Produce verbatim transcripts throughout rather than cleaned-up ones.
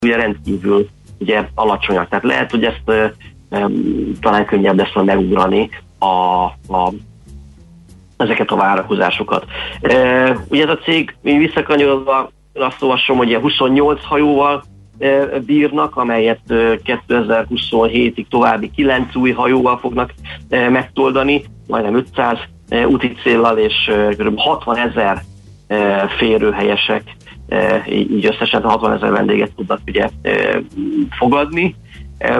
ugye rendkívül ugye alacsonyak. Tehát lehet, hogy ezt e, e, talán könnyebb lesz megugrani a, a, ezeket a várakozásokat. E, ugye ez a cég, visszakanyarodva, azt olvasom, hogy huszonnyolc hajóval e, bírnak, amelyet e, kétezer-huszonhétig további kilenc új hajóval fognak e, megtoldani, majdnem ötszáz e, úti céllal, és e, kb. hatvanezer e, férőhelyesek, e, így összesen hatvanezer vendéget tudnak ugye e, fogadni. E,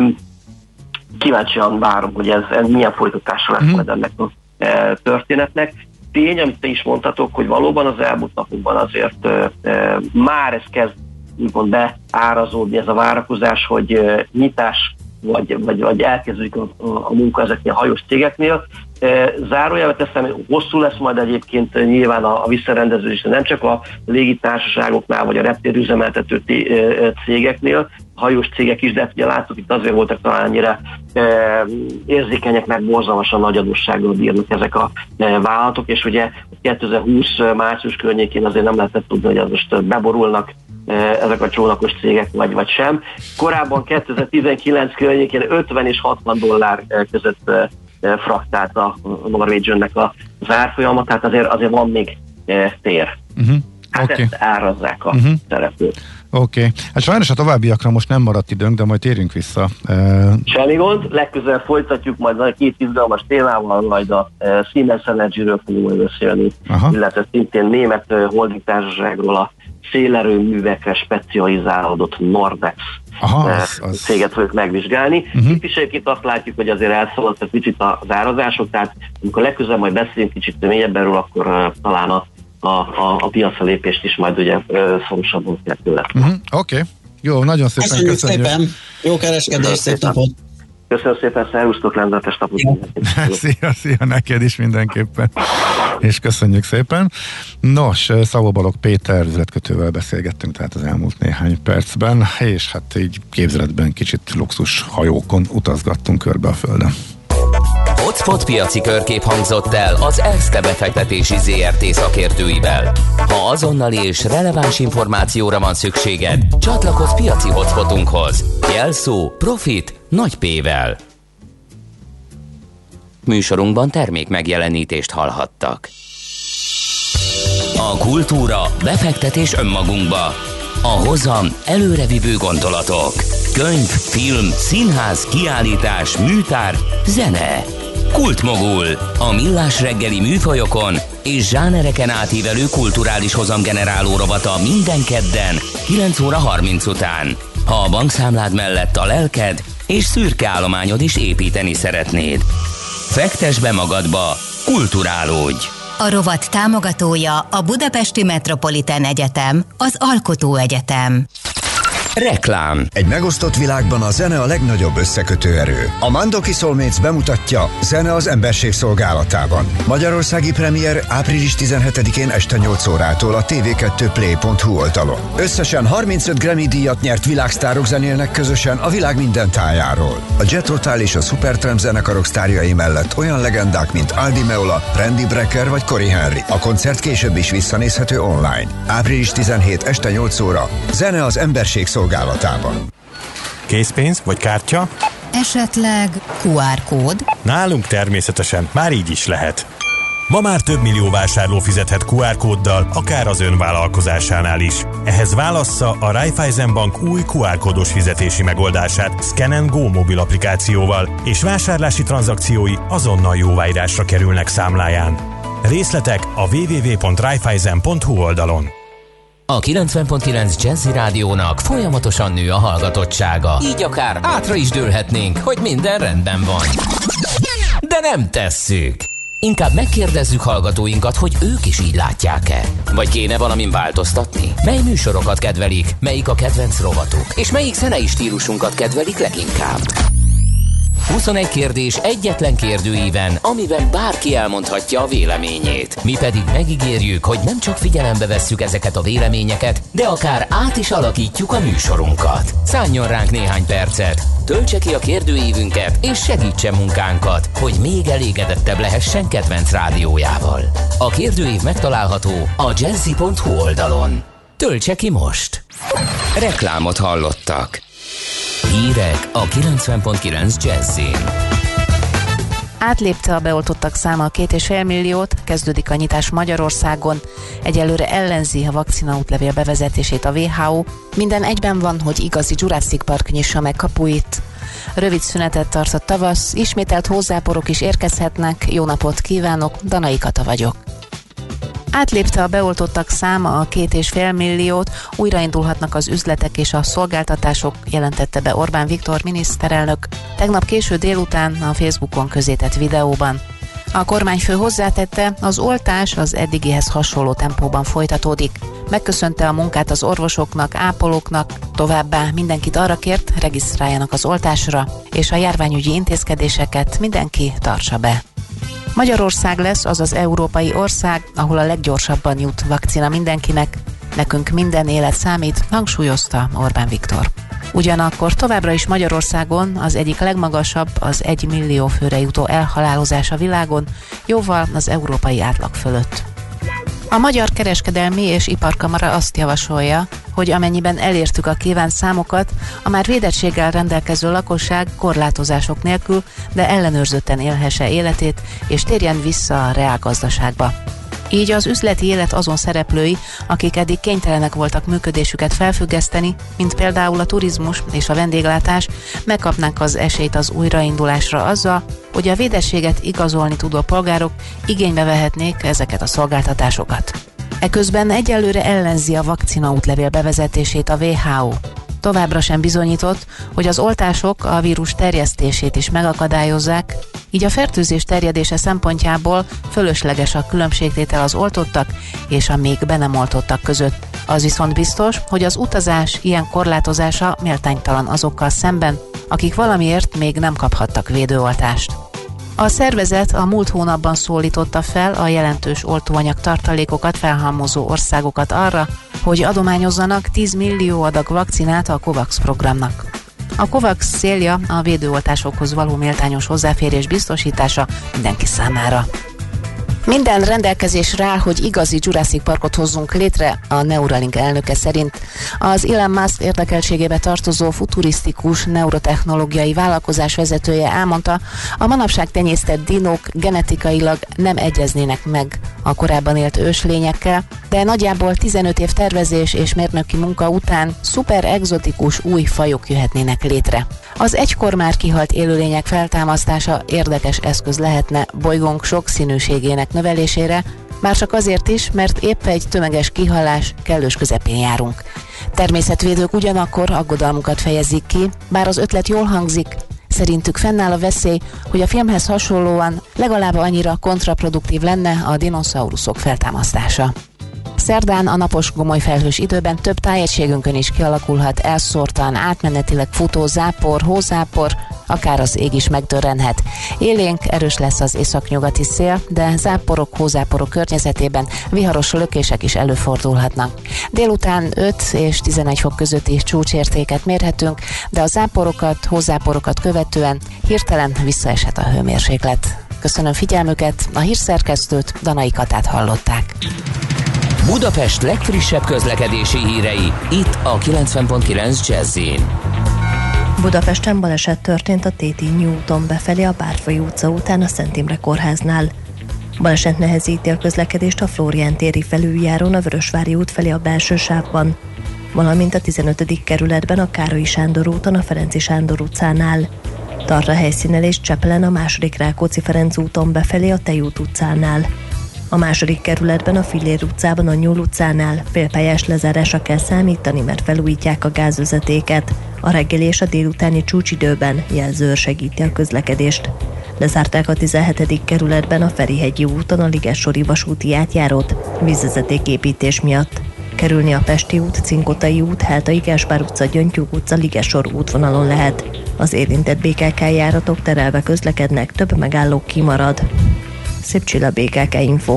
kíváncsian várom, hogy ez, ez milyen folytatása lesz majd ennek a e, történetnek. Tény, amit te is mondhatok, hogy valóban az elmúlt napokban azért e, e, már ez kezd úgymond beárazódni, ez a várakozás, hogy e, nyitás vagy, vagy, vagy elkezdődik a, a, a munka ezeknél a hajós cégeknél. E, zárójelbe teszem, hosszú lesz majd egyébként nyilván a, a visszarendezés, nem csak a légitársaságoknál, vagy a reptérüzemeltető cégeknél, a hajós cégek is, de ugye láttuk, itt azért voltak talán annyira e, érzékenyek, meg borzalmasan nagy adóssággal bírnak ezek a e, vállalatok, és ugye kétezer-húsz március környékén azért nem lehetett tudni, hogy az most beborulnak e, ezek a csónakos cégek, vagy, vagy sem. Korábban kétezer-tizenkilenc környékén ötven és hatvan dollár között e, fraktált a Norwegiannek az árfolyama, tehát azért, azért van még e, tér. Uh-huh. Hát okay. Ezt árazzák a uh-huh. szereplőt. Oké. Okay. Hát sajnos a továbbiakra most nem maradt időnk, de majd térjünk vissza. Semmi gond, legközelebb folytatjuk majd a két izgalmas témával, majd a Siemens Energy-ről fogunk beszélni, aha. illetve szintén német holding társaságról, a szélerőművekre specializálódott Nordex Aha, az, az... céget fogjuk megvizsgálni. Uh-huh. Itt is egyébként azt látjuk, hogy azért elszaladt egy kicsit az árazások, tehát amikor legközelebb majd beszélünk kicsit mélyebben erről, akkor uh, talán a a, a, a piacra lépést is majd ugye szorosabban kell tőle. Uh-huh. Oké, okay. Jó, nagyon szépen köszönjük. köszönjük. Szépen. Jó kereskedés, szép napot! Köszönöm szépen, szervusztok, lendetes napot! Szia, szia, neked is mindenképpen! És köszönjük szépen! Nos, Szabó Balogh Péter üzletkötővel beszélgettünk tehát az elmúlt néhány percben, és hát így képzeletben kicsit luxus hajókon utazgattunk körbe a földön. Hotspot piaci körkép hangzott el az Erste befektetési zé er té szakértőivel. Ha azonnali és releváns információra van szükséged, csatlakozz piaci hotspotunkhoz. Jelszó Profit nagy P-vel. Műsorunkban termék megjelenítést hallhattak. A kultúra, befektetés önmagunkba. A hozam előrevívő gondolatok. Könyv, film, színház, kiállítás, műtár, zene. Kultmogul. A millás reggeli műfajokon és zsánereken átívelő kulturális hozamgeneráló rovata minden kedden kilenc óra harminc után. Ha a bankszámlád mellett a lelked és szürke állományod is építeni szeretnéd. Fektess be magadba, kulturálódj! A rovat támogatója a Budapesti Metropolitán Egyetem, az Alkotó Egyetem. Reklám. Egy megosztott világban a zene a legnagyobb összekötő erő. A Mandoki Soulmates bemutatja Zene az emberség szolgálatában. Magyarországi premier április tizenhetedikén este nyolc órától a té vé kettő play pont hu oldalon. Összesen harmincöt Grammy díjat nyert világsztárok zenélnek közösen a világ minden tájáról. A Jet Rotal és a Supertramp zenekarok sztárjai mellett olyan legendák, mint Aldi Meola, Randy Brecker vagy Cory Henry. A koncert később is visszanézhető online. április tizenhetedike este nyolc óra. Zene az emberség szolgálatában. Készpénz vagy kártya? Esetleg kú ár kód? Nálunk természetesen, már így is lehet. Ma már több millió vásárló fizethet kú ár kóddal, akár az ön vállalkozásánál is. Ehhez válassza a Raiffeisen Bank új kú ár kódos fizetési megoldását Scan and Go mobil applikációval, és vásárlási tranzakciói azonnal jóváírásra kerülnek számláján. Részletek a double-u double-u double-u pont raiffeisen pont hu oldalon. A kilencven pont kilenc Jazzy Rádiónak folyamatosan nő a hallgatottsága. Így akár átra is dőlhetnénk, hogy minden rendben van. De nem tesszük. Inkább megkérdezzük hallgatóinkat, hogy ők is így látják-e. Vagy kéne valamin változtatni? Mely műsorokat kedvelik, melyik a kedvenc rovatuk, és melyik zenei stílusunkat kedvelik leginkább? huszonegy kérdés egyetlen kérdőíven, amiben bárki elmondhatja a véleményét. Mi pedig megígérjük, hogy nem csak figyelembe vesszük ezeket a véleményeket, de akár át is alakítjuk a műsorunkat. Szálljon ránk néhány percet, töltse ki a kérdőívünket, és segítse munkánkat, hogy még elégedettebb lehessen kedvenc rádiójával. A kérdőív megtalálható a jazzy pont hu oldalon. Töltse ki most! Reklámot hallottak. Hírek a kilencven pont kilenc Jazzin. Átlépte a beoltottak száma a két és fél milliót, kezdődik a nyitás Magyarországon. Egyelőre ellenzi a vakcina útlevél bevezetését a dupla vé há ó. Minden egyben van, hogy igazi Jurassic Park nyissa meg kapuit. Rövid szünetet tart a tavasz, ismételt hozzáporok is érkezhetnek. Jó napot kívánok, Danai Kata vagyok. Átlépte a beoltottak száma a két és fél milliót, újraindulhatnak az üzletek és a szolgáltatások, jelentette be Orbán Viktor miniszterelnök tegnap késő délután a Facebookon közzétett videóban. A kormányfő hozzátette, az oltás az eddigihez hasonló tempóban folytatódik. Megköszönte a munkát az orvosoknak, ápolóknak, továbbá mindenkit arra kért, regisztráljanak az oltásra, és a járványügyi intézkedéseket mindenki tartsa be. Magyarország lesz az az európai ország, ahol a leggyorsabban jut vakcina mindenkinek. Nekünk minden élet számít, hangsúlyozta Orbán Viktor. Ugyanakkor továbbra is Magyarországon az egyik legmagasabb az egy millió főre jutó elhalálozás a világon, jóval az európai átlag fölött. A Magyar Kereskedelmi és Iparkamara azt javasolja, hogy amennyiben elértük a kívánt számokat, a már védettséggel rendelkező lakosság korlátozások nélkül, de ellenőrzötten élhesse életét, és térjen vissza a reálgazdaságba. Így az üzleti élet azon szereplői, akik eddig kénytelenek voltak működésüket felfüggeszteni, mint például a turizmus és a vendéglátás, megkapnák az esélyt az újraindulásra azzal, hogy a védettséget igazolni tudó polgárok igénybe vehetnék ezeket a szolgáltatásokat. Eközben egyelőre ellenzi a vakcina útlevél bevezetését a dupla vé há ó. Továbbra sem bizonyított, hogy az oltások a vírus terjesztését is megakadályozzák, így a fertőzés terjedése szempontjából fölösleges a különbségtétel az oltottak és a még be nem oltottak között. Az viszont biztos, hogy az utazás ilyen korlátozása méltánytalan azokkal szemben, akik valamiért még nem kaphattak védőoltást. A szervezet a múlt hónapban szólította fel a jelentős oltóanyag tartalékokat felhalmozó országokat arra, hogy adományozzanak tíz millió adag vakcinát a COVAX programnak. A COVAX célja a védőoltásokhoz való méltányos hozzáférés biztosítása mindenki számára. Minden rendelkezésre áll, hogy igazi Jurassic Parkot hozzunk létre, a Neuralink elnöke szerint. Az Elon Musk érdekeltségébe tartozó futurisztikus neurotechnológiai vállalkozás vezetője elmondta, a manapság tenyésztett dinók genetikailag nem egyeznének meg a korábban élt őslényekkel, de nagyjából tizenöt év tervezés és mérnöki munka után szuper egzotikus új fajok jöhetnének létre. Az egykor már kihalt élőlények feltámasztása érdekes eszköz lehetne bolygónk sokszínűségének növelésére, már csak azért is, mert épp egy tömeges kihalás kellős közepén járunk. Természetvédők ugyanakkor aggodalmukat fejezik ki, bár az ötlet jól hangzik, szerintük fennáll a veszély, hogy a filmhez hasonlóan legalább annyira kontraproduktív lenne a dinoszauruszok feltámasztása. Szerdán a napos gomoly felhős időben több tájegységünkön is kialakulhat elszórtan, átmenetileg futó zápor, hózápor, akár az ég is megdörrenhet. Élénk, erős lesz az északnyugati szél, de záporok, hózáporok környezetében viharos lökések is előfordulhatnak. Délután öt és tizenegy fok közötti csúcsértéket mérhetünk, de a záporokat, hózáporokat követően hirtelen visszaeshet a hőmérséklet. Köszönöm figyelmüket, a hírszerkesztőt, Danai Katát hallották. Budapest legfrissebb közlekedési hírei, itt a kilencven pont kilenc Jazz-in. Budapesten baleset történt a Tétényi úton befelé a Bárfai utca után a Szent Imre kórháznál. Baleset nehezíti a közlekedést a Flórián téri felüljárón a Vörösvári út felé a belső sávban, valamint a tizenötödik kerületben a Károlyi Sándor úton a Ferenci Sándor utcánál. Tart a helyszínelés Csepelen a második Rákóczi-Ferenc úton befelé a Tejút utcánál. A második kerületben a Fillér utcában a Nyúl utcánál félpályás lezárásra kell számítani, mert felújítják a gázvezetéket. A reggeli és a délutáni csúcsidőben jelzőr segíti a közlekedést. Lezárták a tizenhetedik kerületben a Ferihegyi úton a Ligessori vasúti átjárót vízvezetéképítés miatt. Kerülni a Pesti út, Cinkotai út, Heltai Gáspár utca, Gyöngytyúk utca, Ligessor útvonalon lehet. Az érintett bé ká ká járatok terelve közlekednek, több megálló kimarad. Szép Csilla, bé ká ká Info.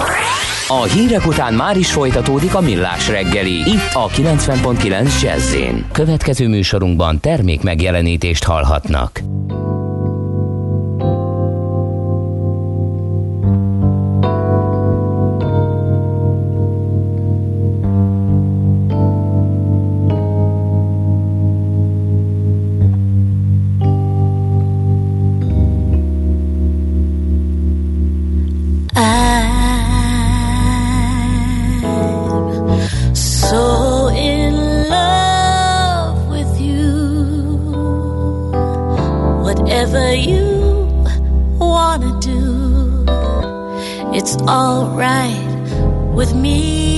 A hírek után már is folytatódik a Millás reggeli, itt a kilencven pont kilenc Jazz-én. Következő műsorunkban termék megjelenítést hallhatnak. whatever you wanna do, it's all right with me.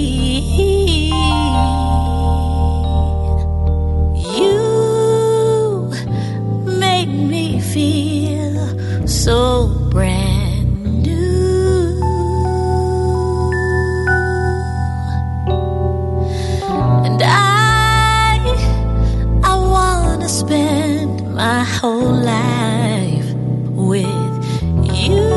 You made me feel so brand new, and I I wanna spend my whole life with you.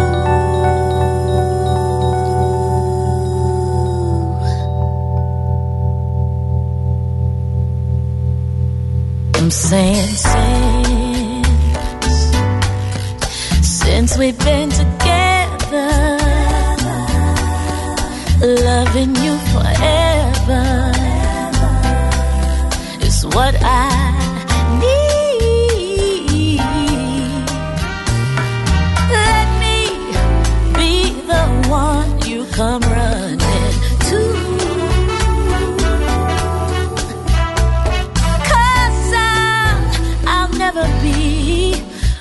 I'm saying since, since we've been together, loving you forever is what I need. Let me be the one you come running to, 'cause I'll, I'll never be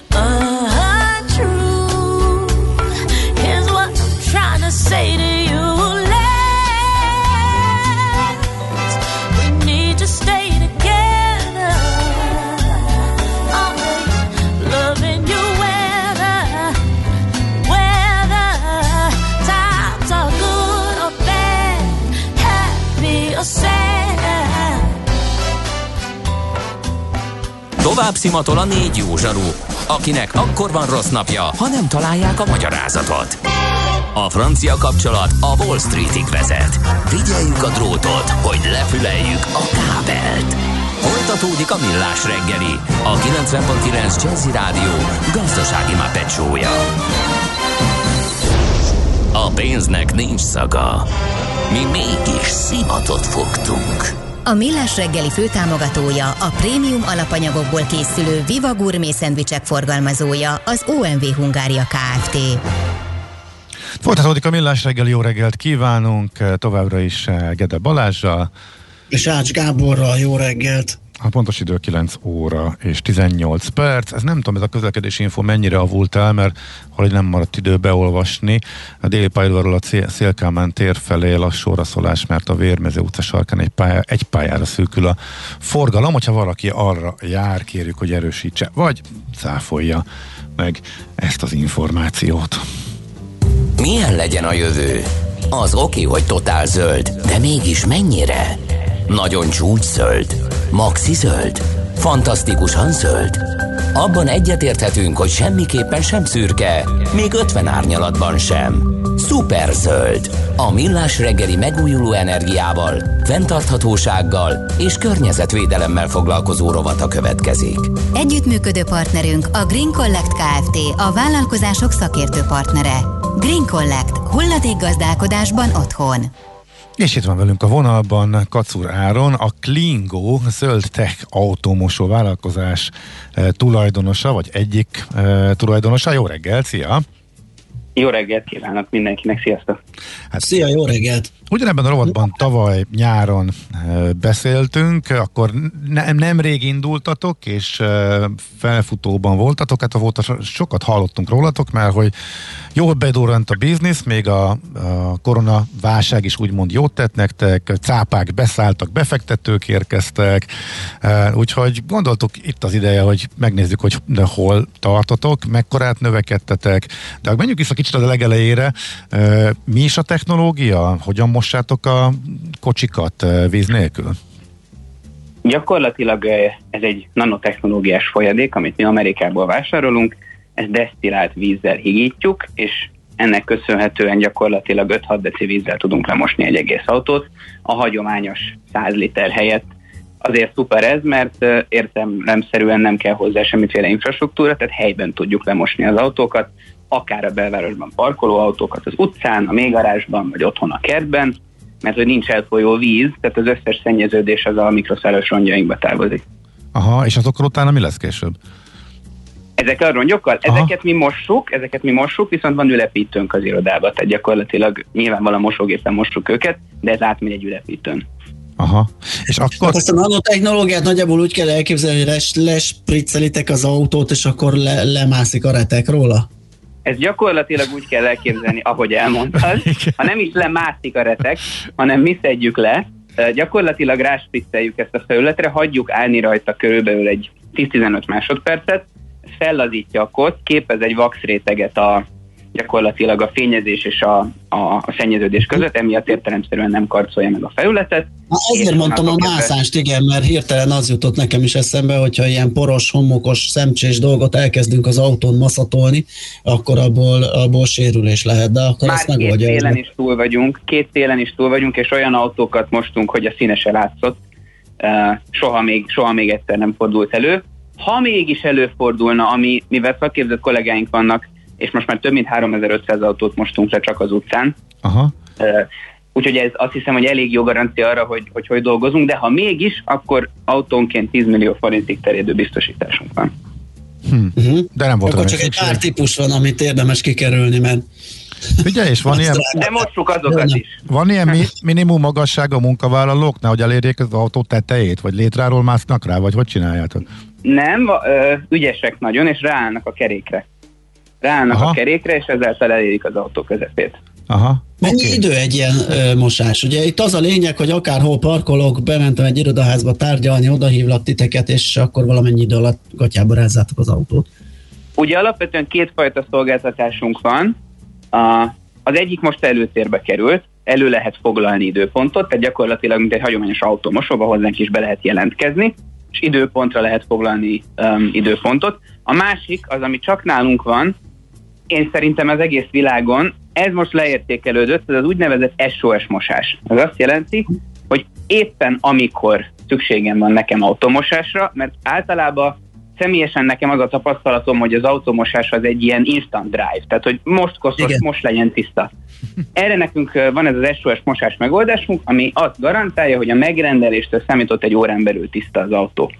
untrue. Here's what I'm trying to say to you. Let's, we need to stay together, always loving you whether, whether times are good or bad, happy or sad. Tovább szimatol a négy jó zsaru, akinek akkor van rossz napja, ha nem találják a magyarázatot. A francia kapcsolat a Wall Streetig vezet. Figyeljük a drótot, hogy lefüleljük a kábelt. Folytatódik a Millás reggeli, a kilencven pont kilenc Jazzy Rádió gazdasági Muppet show-ja. A pénznek nincs szaga, mi mégis szimatot fogtunk. A Millás reggeli főtámogatója, a prémium alapanyagokból készülő Viva Gourmet szendvicsek forgalmazója, az o em vé Hungária Kft. Folytatódik a Millás reggeli, jó reggelt kívánunk, továbbra is Gede Balázsral. És Ács Gáborral, jó reggelt. A pontos idő kilenc óra és tizennyolc perc. Ez nem tudom, ez a közlekedési info mennyire avult el, mert valahogy nem maradt idő beolvasni. A déli pályaudvarról a Széll-Kálmán tér felé lassú oraszolás, mert a Vérmező utca sarkán egy, pályá, egy pályára szűkül a forgalom. Hogyha valaki arra jár, kérjük, hogy erősítse, vagy cáfolja meg ezt az információt. Milyen legyen a jövő? Az oké, hogy totál zöld, de mégis mennyire? Nagyon csúcs zöld? Maxi zöld? Fantasztikusan zöld? Abban egyetérthetünk, hogy semmiképpen sem szürke, még ötven árnyalatban sem. Szuper zöld. A Millás reggeli megújuló energiával, fenntarthatósággal és környezetvédelemmel foglalkozó rovata következik. Együttműködő partnerünk a Green Collect Kft., a vállalkozások szakértő partnere. Green Collect. Hulladékgazdálkodásban otthon. És itt van velünk a vonalban Kacur Áron, a Klingo zöld tech automosó vállalkozás e, tulajdonosa, vagy egyik e, tulajdonosa. Jó reggelt, szia! Jó reggelt kívánok mindenkinek, sziasztok! Hát, szia, jó reggelt! Ugyanebben a rovatban tavaly nyáron e, beszéltünk, akkor ne, nemrég indultatok, és e, felfutóban voltatok, hát volt, sokat hallottunk rólatok, mert hogy jól bedurrant a biznisz, még a, a koronaválság is úgymond jót tett nektek, cápák beszálltak, befektetők érkeztek, e, úgyhogy gondoltuk itt az ideje, hogy megnézzük, hogy de hol tartotok, mekkorát növekedtetek, de menjünk vissza kicsit a legelejére, e, mi is a technológia, hogyan mossátok a kocsikat víz nélkül? Gyakorlatilag ez egy nanotechnológiás folyadék, amit mi Amerikából vásárolunk, ezt desztillált vízzel higítjuk, és ennek köszönhetően gyakorlatilag öt-hat deci vízzel tudunk lemosni egy egész autót. A hagyományos száz liter helyett azért szuper ez, mert értelemszerűen nem kell hozzá semmiféle infrastruktúra, tehát helyben tudjuk lemosni az autókat, akár a belvárosban parkoló autókat az utcán, a mélygarázsban, vagy otthon a kertben, mert hogy nincs elfolyó víz, tehát az összes szennyeződés az a mikroszálos rongyainkba távozik. Aha, és azokkal utána mi lesz később? Ezekkel a rongyokkal? Aha. Ezeket mi mossuk, ezeket mi mossuk, viszont van ülepítőnk az irodába, tehát gyakorlatilag nyilván vala mosógépen mossuk őket, de ez átmegy egy ülepítőn. Aha. És akkor... Hát ezt a nanotechnológiát nagyjából úgy kell elképzelni, hogy les, lespriccelitek az autót, és akkor le, lemászik a retek róla? Ez gyakorlatilag úgy kell elképzelni, ahogy elmondtad. Ha nem is lemászik a retek, hanem mi szedjük le, gyakorlatilag ráspricceljük ezt a felületre, hagyjuk állni rajta körülbelül egy tíz-tizenöt másodpercet, fellazítja a kód, képez egy vaxréteget a gyakorlatilag a fényezés és a, a, a szennyeződés között, emiatt értelemszerűen nem karcolja meg a felületet. Na, ezért mondtam a mászást, igen, mert hirtelen az jutott nekem is eszembe, hogyha ilyen poros, homokos, szemcsés dolgot elkezdünk az autón maszatolni, akkor abból, abból sérülés lehet, de akkor már ezt megoldja. Két télen is túl vagyunk, két télen is túl vagyunk, és olyan autókat mostunk, hogy a színe se látszott. Uh, soha, még, soha még egyszer nem fordult elő. Ha mégis előfordulna, ami, mivel szakképzett kollégáink vannak, és most már több mint háromezer-ötszáz autót mostunk le csak az utcán. Aha. Uh, úgyhogy ez azt hiszem, hogy elég jó garancia arra, hogy, hogy hogy dolgozunk, de ha mégis, akkor autónként tíz millió forintig terjedő biztosításunk van. Hm. Uh-huh. De nem volt akkor csak egy pár típus van, amit érdemes kikerülni, mert ugye, és van ilyen... De mossuk azokat is. Van ilyen mi, minimum magasság a munkavállalóknál, hogy elérjék az autó tetejét, vagy létráról másznak rá, vagy hogy csináljátok? Nem, ö, ügyesek nagyon, és ráállnak a kerékre. Ráállnak Aha. a kerékre, és ezáltal elérik az autó közepét. Aha. Mennyi okay. idő egy ilyen ö, mosás? Ugye itt az a lényeg, hogy akárhol parkolok, bementem egy irodaházba tárgyalni, odahívlak titeket, és akkor valamennyi idő alatt gatyába rázzátok az autót. Ugye alapvetően kétfajta szolgáltatásunk van. A, az egyik most előtérbe került, elő lehet foglalni időpontot, tehát gyakorlatilag mint egy hagyományos autómosóba hozzánk is be lehet jelentkezni, és időpontra lehet foglalni um, időpontot. A másik, az, ami csak nálunk van, én szerintem az egész világon, ez most leértékelődött, ez az úgynevezett es o es mosás. Ez azt jelenti, hogy éppen amikor szükségem van nekem automosásra, mert általában személyesen nekem az a tapasztalatom, hogy az automosás az egy ilyen instant drive, tehát hogy most koszos, most legyen tiszta. Erre nekünk van ez az es o es mosás megoldásunk, ami azt garantálja, hogy a megrendeléstől számított egy órán belül tiszta az autó.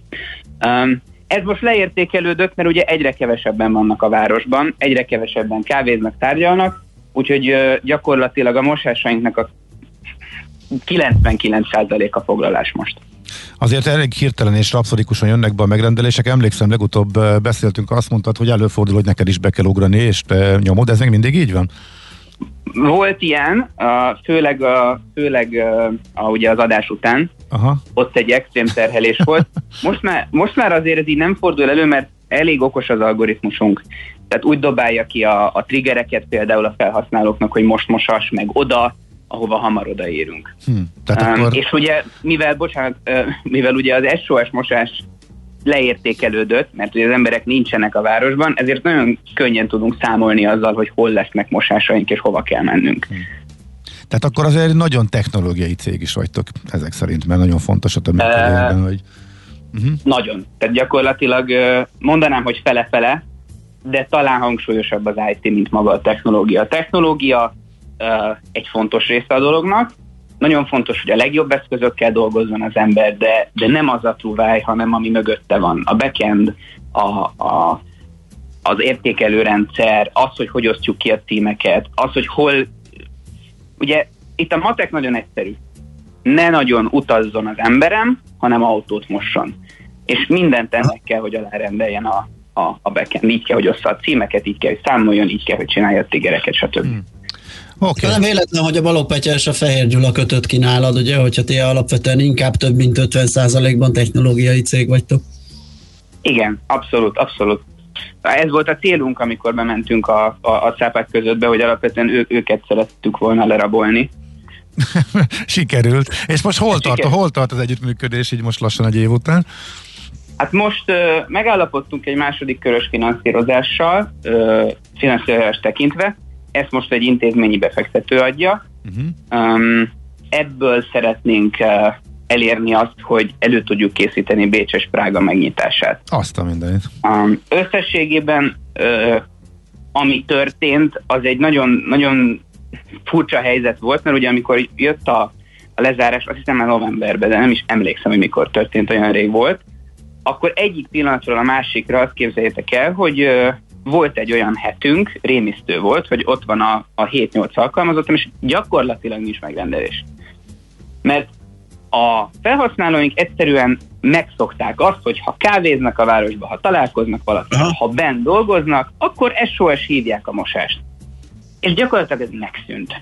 Um, ez most leértékelődött, mert ugye egyre kevesebben vannak a városban, egyre kevesebben kávéznak, tárgyalnak, úgyhogy uh, gyakorlatilag a mosásainknak a kilencvenkilenc százaléka foglalás most. Azért elég hirtelen és rapszodikusan jönnek be a megrendelések. Emlékszem, legutóbb beszéltünk, azt mondtad, hogy előfordul, hogy neked is be kell ugrani, és te nyomod. Ez még mindig így van? Volt ilyen, főleg, főleg ugye az adás után. Aha. Ott egy extrém terhelés volt. Most már, most már azért ez így nem fordul elő, mert elég okos az algoritmusunk. Tehát úgy dobálja ki a, a triggereket például a felhasználóknak, hogy most mosas, meg oda, ahova hamar odaérünk. Hmm, tehát um, akkor... És ugye, mivel, bocsánat, uh, mivel ugye az es o es mosás leértékelődött, mert ugye az emberek nincsenek a városban, ezért nagyon könnyen tudunk számolni azzal, hogy hol lesznek mosásaink, és hova kell mennünk. Hmm. Tehát akkor azért nagyon technológiai cég is vagytok ezek szerint, mert nagyon fontos a tömegkörében, uh, hogy... Uh-huh. Nagyon. Tehát gyakorlatilag uh, mondanám, hogy fele-fele, de talán hangsúlyosabb az i té, mint maga a technológia. A technológia Uh, egy fontos része a dolognak. Nagyon fontos, hogy a legjobb eszközökkel dolgozzon az ember, de, de nem az a truváj, hanem ami mögötte van. A backend, a, a, az értékelőrendszer, az, hogy hogy osztjuk ki a címeket, az, hogy hol... Ugye itt a matek nagyon egyszerű. Ne nagyon utazzon az emberem, hanem autót mosson. És mindent ennek kell, hogy alárendeljen a, a, a backend. Így kell, hogy ossza a címeket, így kell, hogy számoljon, így kell, hogy csinálja a triggereket, stb. Hmm. Okay. Nem véletlen, hogy a Balogh Petya és a Fehér Gyula kötött ki nálad, ugye, hogyha ti alapvetően inkább több mint ötven százalékban technológiai cég vagytok. Igen, abszolút, abszolút. Ez volt a célunk, amikor bementünk a, a, a cápák közöttbe, hogy alapvetően ő, őket szerettük volna lerabolni. Sikerült. És most hol tart, hol tart az együttműködés így most lassan egy év után? Hát most uh, megállapodtunk egy második körös finanszírozással, uh, finanszírozást tekintve. Ezt most egy intézményi befektető adja. Uh-huh. Um, ebből szeretnénk uh, elérni azt, hogy elő tudjuk készíteni Bécs és Prága megnyitását. Azt a mindenit. Um, összességében uh, ami történt, az egy nagyon, nagyon furcsa helyzet volt, mert ugye amikor jött a, a lezárás, azt hiszem már novemberben, de nem is emlékszem, hogy mikor történt, olyan rég volt, akkor egyik pillanatról a másikra azt képzeljétek el, hogy uh, volt egy olyan hetünk, rémisztő volt, hogy ott van a, a hét-nyolc alkalmazottam, és gyakorlatilag nincs megrendelés. Mert A felhasználóink egyszerűen megszokták azt, hogy ha kávéznak a városba, ha találkoznak valakivel, ha benn dolgoznak, akkor es o es hívják a mosást. És gyakorlatilag ez megszűnt.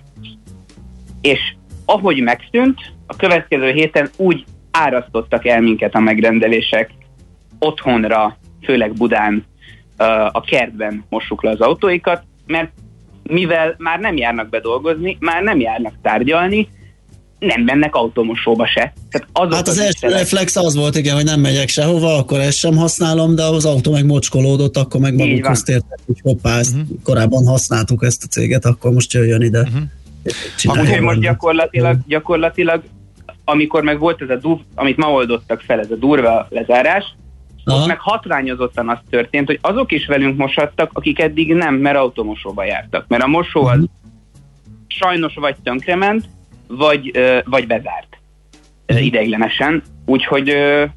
És ahogy megszűnt, a következő héten úgy árasztottak el minket a megrendelések otthonra, főleg Budán, a kertben mossuk le az autóikat, mert mivel már nem járnak be dolgozni, már nem járnak tárgyalni, nem mennek automosóba se. Tehát hát az első reflex az volt, igen, hogy nem megyek sehova, akkor ezt sem használom, de az autó meg mocskolódott, akkor meg magukhoz tértek, hogy hoppá, ezt uh-huh. korábban használtuk ezt a céget, akkor most jöjjön ide. Uh-huh. Úgyhogy most gyakorlatilag, gyakorlatilag, amikor meg volt ez a dur, amit ma oldottak fel, ez a durva lezárás, Aha. ott meg hatványozottan az történt, hogy azok is velünk mosattak, akik eddig nem, mert automosóba jártak. Mert a mosó az uh-huh. sajnos vagy tönkrement, vagy, vagy bezárt uh-huh. ideiglenesen. Úgyhogy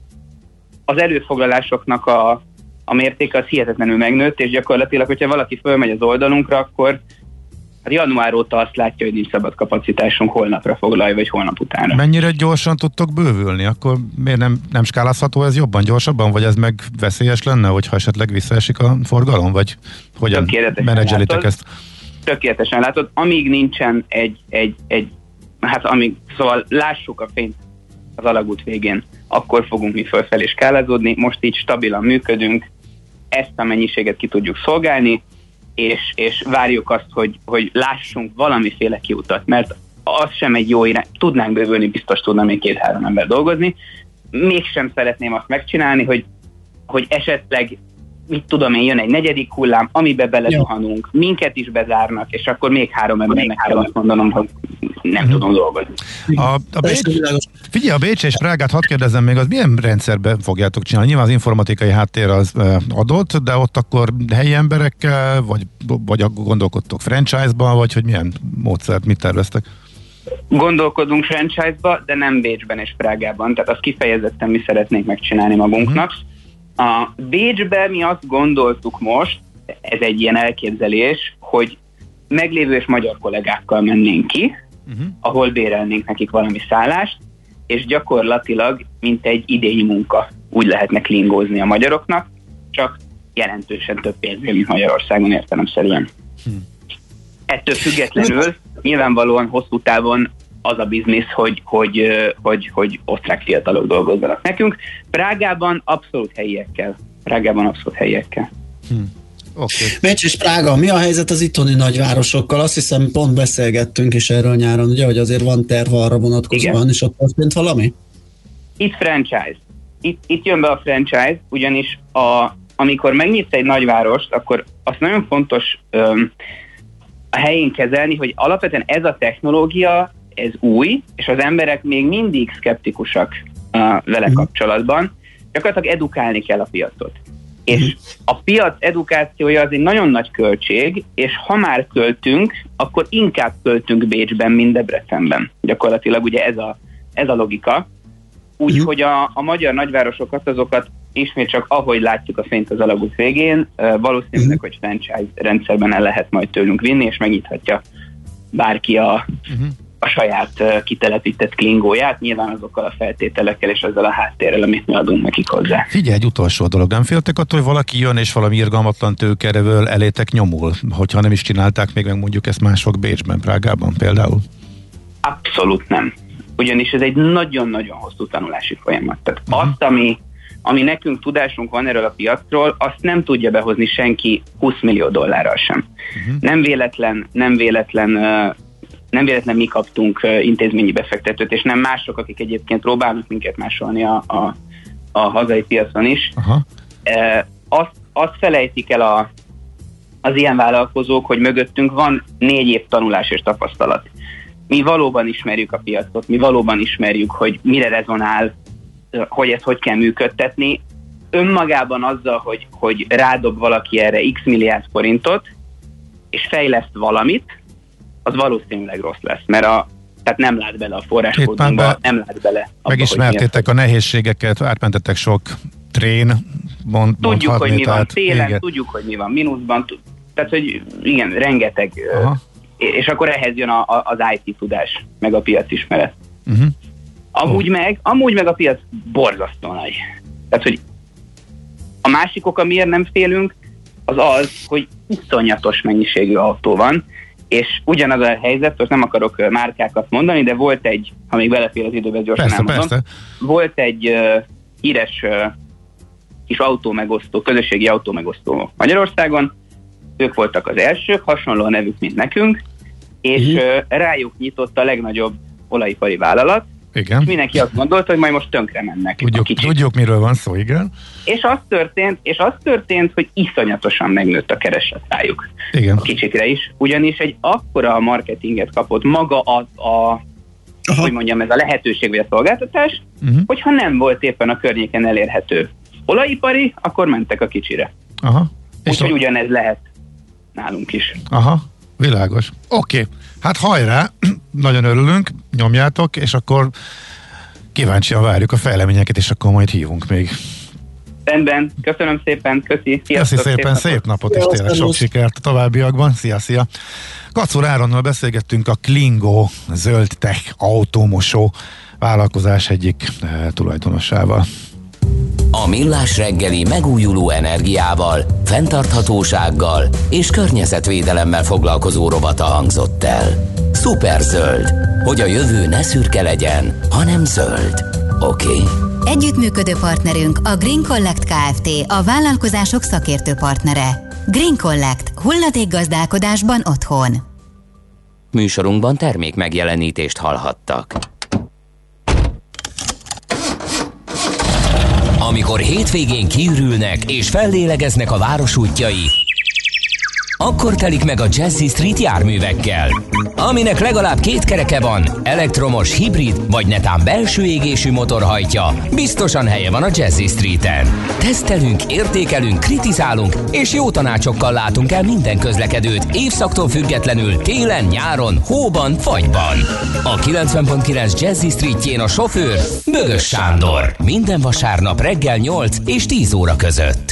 az előfoglalásoknak a, a mértéke az hihetetlenül megnőtt, és gyakorlatilag, hogyha valaki fölmegy az oldalunkra, akkor hát január óta azt látja, hogy nincs szabad kapacitásunk holnapra foglalj, vagy holnap utánra. Mennyire gyorsan tudtok bővülni? Akkor miért nem, nem skálázható ez jobban, gyorsabban, vagy ez meg veszélyes lenne, hogyha esetleg visszaesik a forgalom, vagy hogyan menedzselitek ezt? Tökéletesen látod, amíg nincsen egy, egy, egy hát amíg, szóval lássuk a fényt az alagút végén, akkor fogunk mi fölfelé skálázódni, most így stabilan működünk, ezt a mennyiséget ki tudjuk szolgálni, és, és várjuk azt, hogy, hogy lássunk valamiféle kiutat, mert az sem egy jó irány, tudnánk bővülni, biztos tudna még két-három ember dolgozni, mégsem szeretném azt megcsinálni, hogy, hogy esetleg mit tudom én, jön egy negyedik hullám, amibe belezuhanunk, minket is bezárnak, és akkor még három embernek kell azt mondanom, hogy nem uh-huh. tudom dolgozni. A, a Bécs, figyelj, a Bécs és Prágát hadd kérdezzem még, az milyen rendszerben fogjátok csinálni? Nyilván az informatikai háttér az adott, de ott akkor helyi emberekkel, vagy, vagy gondolkodtok franchise-ban, vagy hogy milyen módszert, mit terveztek? Gondolkodunk franchise-ba, de nem Bécsben és Prágában, tehát azt kifejezetten mi szeretnénk megcsinálni magunknak. Uh-huh. A Bécsben mi azt gondoltuk most, ez egy ilyen elképzelés, hogy meglévő és magyar kollégákkal mennénk ki, uh-huh. ahol bérelnénk nekik valami szállást, és gyakorlatilag, mint egy idei munka, úgy lehetne klingózni a magyaroknak, csak jelentősen több pénzért, mint Magyarországon értelemszerűen. Hmm. Ettől függetlenül nyilvánvalóan hosszú távon az a biznisz, hogy, hogy, hogy, hogy osztrák fiatalok dolgozzanak nekünk. Prágában abszolút helyiekkel. Prágában abszolút helyiekkel. Hmm. Okay. Bécs és Prága, mi a helyzet az itthoni nagyvárosokkal? Azt hiszem pont beszélgettünk is erről nyáron, ugye, hogy azért van terv arra vonatkozóan, és ott történt valami? Itt franchise. Itt, itt jön be a franchise, ugyanis a, amikor megnyitsz egy nagyvárost, akkor azt nagyon fontos öm, a helyén kezelni, hogy alapvetően ez a technológia, ez új, és az emberek még mindig szkeptikusak uh, vele uh-huh. kapcsolatban. Gyakorlatilag edukálni kell a piacot. És uh-huh. a piac edukációja az egy nagyon nagy költség, és ha már költünk, akkor inkább költünk Bécsben, mint Debrecenben. Gyakorlatilag ugye ez a, ez a logika. Úgyhogy uh-huh. a, a magyar nagyvárosokat, azokat ismét csak ahogy látjuk a fényt az alagút végén, uh, valószínűleg, uh-huh. hogy franchise rendszerben el lehet majd tőlünk vinni, és megnyithatja bárki a uh-huh. a saját uh, kitelepített klingóját, nyilván azokkal a feltételekkel és azzal a háttérrel, amit mi adunk nekik hozzá. Figyelj, egy utolsó dolog, nem féltek attól, hogy valaki jön és valami irgalmatlan tőkerevől elétek nyomul, hogyha nem is csinálták még meg mondjuk ezt mások Bécsben, Prágában például? Abszolút nem. Ugyanis ez egy nagyon-nagyon hosszú tanulási folyamat. Tehát uh-huh. azt, ami, ami nekünk tudásunk van erről a piacról, azt nem tudja behozni senki húsz millió dollárral sem. Uh-huh. Nem véletlen, nem véletlen uh, Nem véletlen mi kaptunk uh, intézményi befektetőt, és nem mások, akik egyébként próbálnak minket másolni a, a, a hazai piacon is. Uh, azt, azt felejtik el a, az ilyen vállalkozók, hogy mögöttünk van négy év tanulás és tapasztalat. Mi valóban ismerjük a piacot, mi valóban ismerjük, hogy mire rezonál, hogy ezt hogy kell működtetni. Önmagában azzal, hogy, hogy rádob valaki erre x milliárd forintot, és fejleszt valamit, az valószínűleg rossz lesz, mert a, tehát nem lát bele a forráskódunkba, nem lát bele. Abba, megismertétek a nehézségeket, átmentetek sok trén, mond, tudjuk, hogy mi tehát, van télen, igen. tudjuk, hogy mi van mínuszban, tehát, hogy igen, rengeteg, Aha. és akkor ehhez jön a, a, az i té tudás, meg a piacismeret. Uh-huh. Amúgy, oh. meg, amúgy meg a piac borzasztó nagy. Tehát, hogy a másik oka, miért nem félünk, az az, hogy iszonyatos mennyiségű autó van, és ugyanaz a helyzet, most nem akarok márkákat mondani, de volt egy, ha még belefér az időbe, gyorsan persze, elmondom, persze. volt egy uh, híres uh, kis autómegosztó, közösségi autómegosztó Magyarországon, ők voltak az elsők, hasonló a nevük, mint nekünk, és uh-huh. uh, rájuk nyitott a legnagyobb olajipari vállalat, igen. És mindenki azt gondolta, hogy majd most tönkre mennek. Tudjuk, tudjuk, miről van szó, igen. És az történt, és az történt, hogy iszonyatosan megnőtt a kereslet rájuk. Igen. A kicsikre is. Ugyanis egy akkora marketinget kapott maga a, a hogy mondjam, ez a lehetőség vagy a szolgáltatás, uh-huh. hogyha nem volt éppen a környéken elérhető olajipari, akkor mentek a kicsire. Aha. Úgyhogy ugyanez lehet nálunk is. Aha, világos. Oké. Okay. Hát hajrá, nagyon örülünk, nyomjátok, és akkor kíváncsian várjuk a fejleményeket, és akkor majd hívunk még. Rendben, köszönöm szépen, köszi. Köszi szépen, szép, szép napot, és tényleg sok sikert a továbbiakban. Szia, szia! Kacur Áronnal beszélgettünk, a Klingo Zöld Tech autómosó vállalkozás egyik e, tulajdonosával. A Millás reggeli megújuló energiával, fenntarthatósággal és környezetvédelemmel foglalkozó rovata hangzott el. Szuperzöld, hogy a jövő ne szürke legyen, hanem zöld. Oké? Okay. Együttműködő partnerünk a Green Collect Kft. A vállalkozások szakértő partnere. Green Collect. Hulladékgazdálkodásban otthon. Műsorunkban termék megjelenítést hallhattak. Amikor hétvégén kiürülnek és fellélegeznek a város útjai, akkor telik meg a Jazzy Street járművekkel. Aminek legalább két kereke van, elektromos, hibrid vagy netán belső égésű motor hajtja, biztosan helye van a Jazzy Streeten. Tesztelünk, értékelünk, kritizálunk és jó tanácsokkal látunk el minden közlekedőt évszaktól függetlenül télen, nyáron, hóban, fagyban. A kilencven pont kilenc Jazzy Streetjén a sofőr Bögös Sándor. Minden vasárnap reggel nyolc és tíz óra között.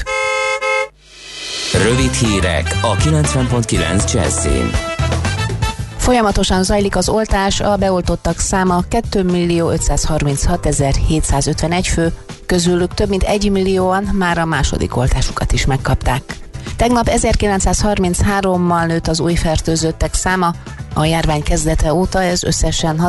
Rövid hírek a kilencven pont kilenc Jazzin. Folyamatosan zajlik az oltás, a beoltottak száma kétmillió ötszázharminchatezer-hétszázötvenegy fő, közülük több mint egy millióan már a második oltásukat is megkapták. Tegnap ezerkilencszázharminchárommal nőtt az új fertőzöttek száma, a járvány kezdete óta ez összesen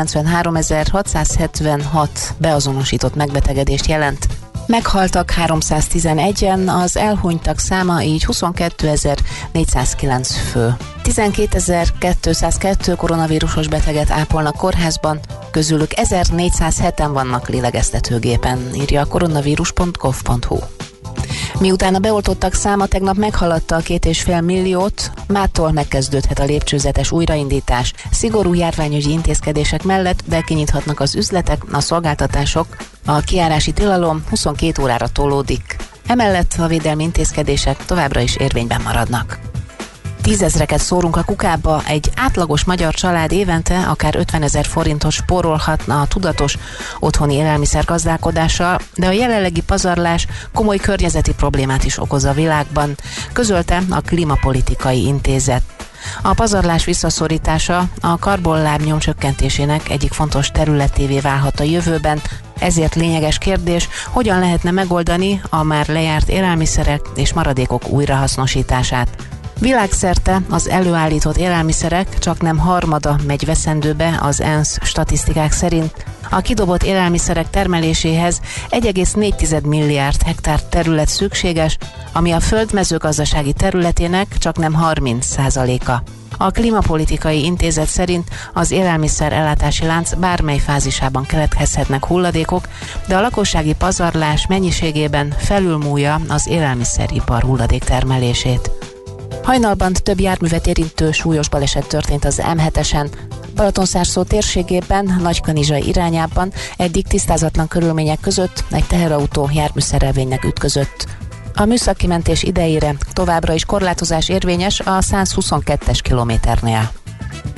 hatszázkilencvenháromezer-hatszázhetvenhat beazonosított megbetegedést jelent. Meghaltak háromszáztizenegyen, az elhunytak száma így huszonkétezer-négyszázkilenc fő. tizenkétezer-kétszázkettő koronavírusos beteget ápolnak kórházban, közülük ezernégyszázheten vannak lélegeztetőgépen, írja a koronavírus pont gov pont hu. Miután a beoltottak száma tegnap meghaladta a két és fél milliót, mától megkezdődhet a lépcsőzetes újraindítás. Szigorú járványügyi intézkedések mellett de kinyithatnak az üzletek, a szolgáltatások, a kijárási tilalom huszonkét órára tolódik. Emellett a védelmi intézkedések továbbra is érvényben maradnak. Tízezreket szórunk a kukába, egy átlagos magyar család évente akár ötvenezer forintot spórolhatna a tudatos otthoni élelmiszer gazdálkodással, de a jelenlegi pazarlás komoly környezeti problémát is okoz a világban, közölte a Klímapolitikai Intézet. A pazarlás visszaszorítása a karbonlábnyom csökkentésének egyik fontos területévé válhat a jövőben, ezért lényeges kérdés, hogyan lehetne megoldani a már lejárt élelmiszerek és maradékok újrahasznosítását. Világszerte az előállított élelmiszerek csaknem harmada megy veszendőbe az ENSZ statisztikák szerint. A kidobott élelmiszerek termeléséhez egy egész négy milliárd hektár terület szükséges, ami a föld mezőgazdasági területének csaknem harminc százaléka. A Klímapolitikai Intézet szerint az élelmiszer ellátási lánc bármely fázisában keletkezhetnek hulladékok, de a lakossági pazarlás mennyiségében felülmúlja az élelmiszeripar hulladéktermelését. Hajnalban több járművet érintő súlyos baleset történt az em hetesen. Balatonszárszó térségében, Nagykanizsai irányában eddig tisztázatlan körülmények között egy teherautó járműszerelvénynek ütközött. A műszaki mentés idejére továbbra is korlátozás érvényes a százhuszonkettes kilométernél.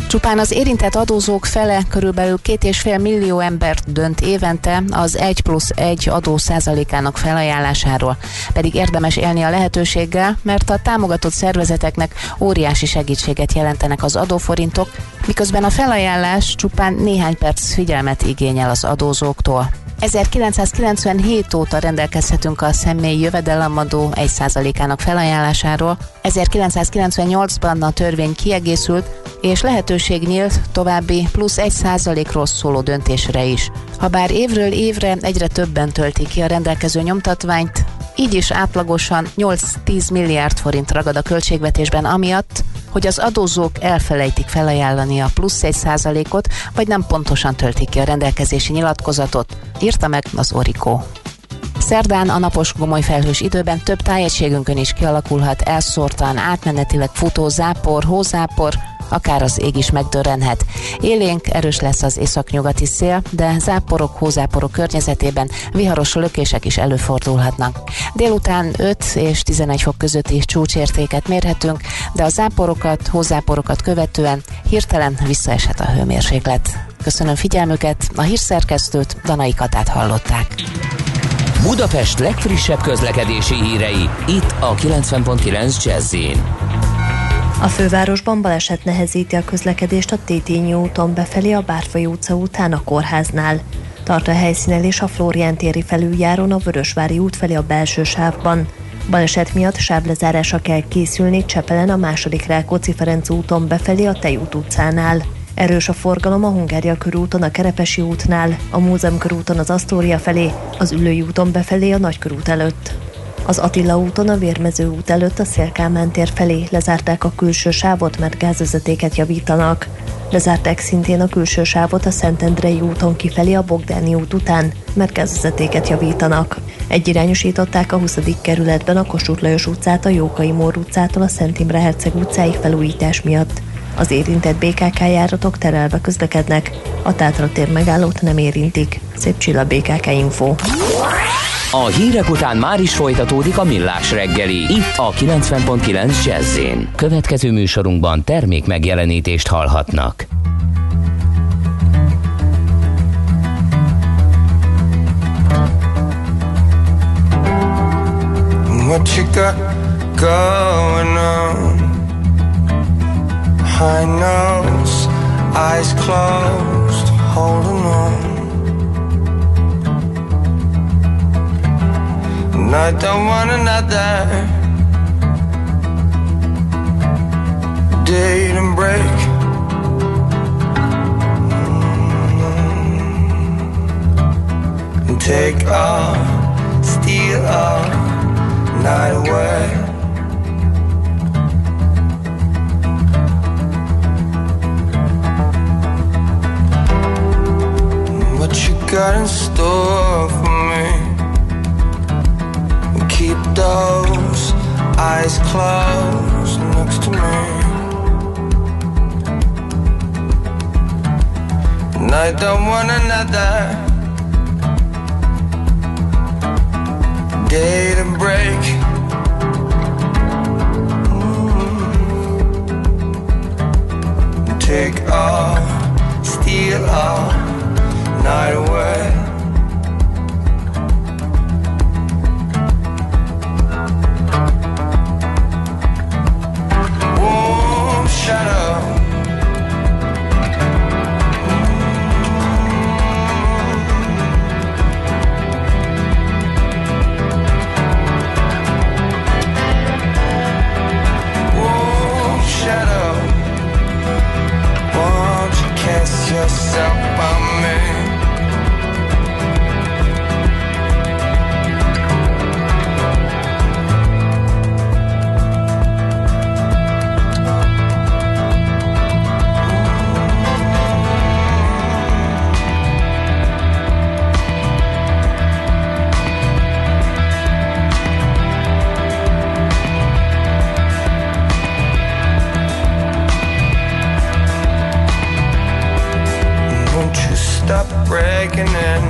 Csupán az érintett adózók fele, körülbelül két és fél millió embert dönt évente az egy plusz egy adó százalékának felajánlásáról. Pedig érdemes élni a lehetőséggel, mert a támogatott szervezeteknek óriási segítséget jelentenek az adóforintok, miközben a felajánlás csupán néhány perc figyelmet igényel az adózóktól. ezerkilencszázkilencvenhét óta rendelkezhetünk a személyi jövedelemadó egy százalékának felajánlásáról. ezerkilencszázkilencvennyolcban a törvény kiegészült, és lehetőség nyílt további plusz egy százalékról szóló döntésre is. Habár évről évre egyre többen töltik ki a rendelkező nyomtatványt, így is átlagosan nyolc-tíz milliárd forint ragad a költségvetésben amiatt, hogy az adózók elfelejtik felajánlani a plusz egy százalékot, vagy nem pontosan töltik ki a rendelkezési nyilatkozatot, írta meg az Orikó. Szerdán a napos gomoly felhős időben több tájegységünkön is kialakulhat elszórtan, átmenetileg futó zápor, hózápor, akár az ég is megdörrenhet. Élénk, erős lesz az északnyugati szél, de záporok, hózáporok környezetében viharos lökések is előfordulhatnak. Délután öt és tizenegy fok közötti csúcsértéket mérhetünk, de a záporokat, hózáporokat követően hirtelen visszaeshet a hőmérséklet. Köszönöm figyelmüket, a hírszerkesztőt, Danai Katát hallották. Budapest legfrissebb közlekedési hírei, itt a kilencven pont kilenc Jazz-in. A fővárosban baleset nehezíti a közlekedést a Tétényi úton befelé a Bárfai utca után a kórháznál. Tart a helyszínelés a Flórián téri felüljárón a Vörösvári út felé a belső sávban. Baleset miatt sávlezárásra kell készülni Csepelen a második Rákóczi-Ferenc úton befelé a Tejút utcánál. Erős a forgalom a Hungária körúton a Kerepesi útnál, a Múzeum körúton az Asztória felé, az Üllői úton befelé a Nagykörút előtt. Az Attila úton a Vérmező út előtt a Széll-Kálmán tér felé lezárták a külső sávot, mert gázvezetéket javítanak. Lezárták szintén a külső sávot a Szentendrei úton kifelé a Bogdáni út után, mert gázvezetéket javítanak. Egyirányosították a huszadik kerületben a Kossuth Lajos utcát a Jókai Mór utcától a Szent Imre Herceg utcáig felújítás miatt. Az érintett bé ká ká járatok terelve közlekednek, a Tátra tér megállót nem érintik. Szép Csilla, bé ká ká Info. A hírek után már is folytatódik a Millás reggeli, itt a kilencven pont kilenc Jazz-én. Következő műsorunkban termék megjelenítést hallhatnak. What you got going on? High nose, eyes closed, holding on. And I don't want another date and break. And take all, steal all night away. What you got in store for me? Keep those eyes closed next to me. And I don't want another day to break. Mm-hmm. Take all, steal all night away. Yourself on me. Stop breaking in.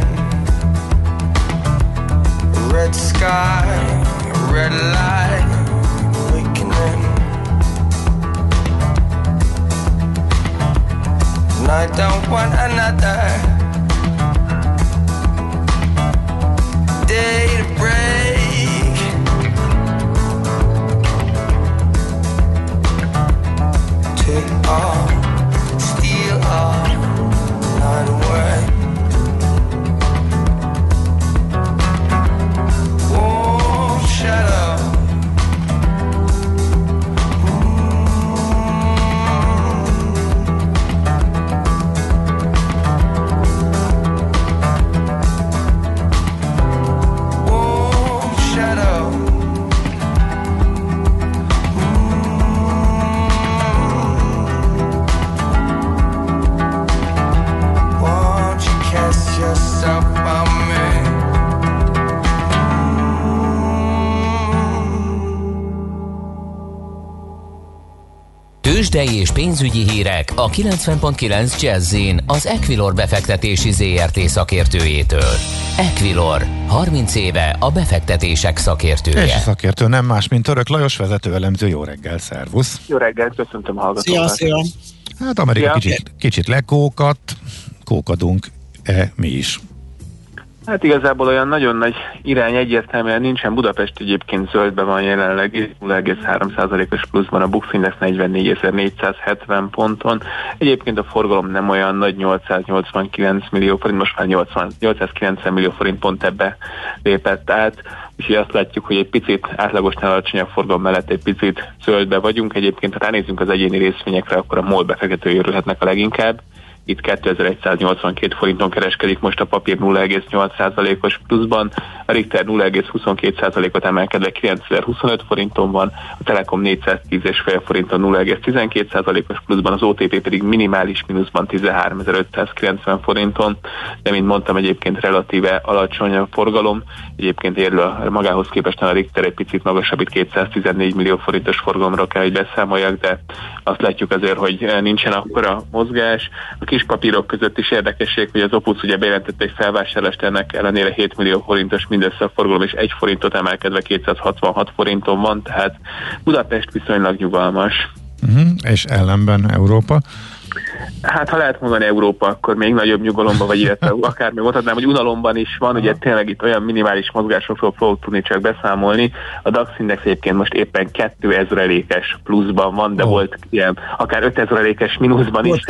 Red sky, red light, awakening. I don't want another day to break. Take all, steal all, not a word. Won't shut up. Tőzsdei és pénzügyi hírek a kilencven pont kilenc Jazz-in az Equilor befektetési zé er té szakértőjétől. Equilor, harminc éve a befektetések szakértője. És a szakértő nem más, mint Török Lajos, vezető elemző. Jó reggel, szervusz! Jó reggel, köszöntöm a hallgatókat! Szia, szia! Hát Amerika kicsit, kicsit lekókat, kókadunk-e mi is? Hát igazából olyan nagyon nagy irány egyértelműen nincsen. Budapest egyébként zöldben van jelenleg, nulla egész három százalékos pluszban, a Bux Index negyvennégyezer-négyszázhetven ponton. Egyébként a forgalom nem olyan nagy, nyolcszáznyolcvankilenc millió forint, most már nyolcvan, nyolcszázkilencven millió forint pont ebbe lépett át. És azt látjuk, hogy egy picit átlagosnál alacsonyabb forgalom mellett egy picit zöldbe vagyunk. Egyébként, ha ránézzünk az egyéni részvényekre, akkor a MOL befektetői örülhetnek a leginkább. Itt kétezer-száznyolcvankét forinton kereskedik most a papír nulla egész nyolc százalékos pluszban, a Richter nulla egész huszonkettő százalékot emelkedve kilencezer-huszonöt forinton van, a Telekom négyszáztíz egész öt forinton nulla egész tizenkét százalékos pluszban, az o té pé pedig minimális mínuszban tizenháromezer-ötszázkilencven forinton, de mint mondtam, egyébként relatíve alacsony a forgalom, egyébként érül a magához képest a Richter egy picit magasabb, itt kétszáztizennégy millió forintos forgalomra kell, hogy beszámoljak, de azt látjuk azért, hogy nincsen akkora mozgás. A kis papírok között is érdekesség, hogy az Opus ugye bejelentette egy felvásárlást, ennek ellenére hét millió forintos mindössze a forgalom, és egy forintot emelkedve kétszázhatvanhat forinton van, tehát Budapest viszonylag nyugalmas. Uh-huh. És ellenben Európa? Hát ha lehet mondani Európa, akkor még nagyobb nyugalomban, vagy illetve akár még mondhatnám, hogy unalomban is van, ugye tényleg itt olyan minimális mozgásokról fogok tudni csak beszámolni. A DAX Index egyébként most éppen kétezer-es pluszban van, de oh. volt ilyen akár ötezer-es mínuszban is.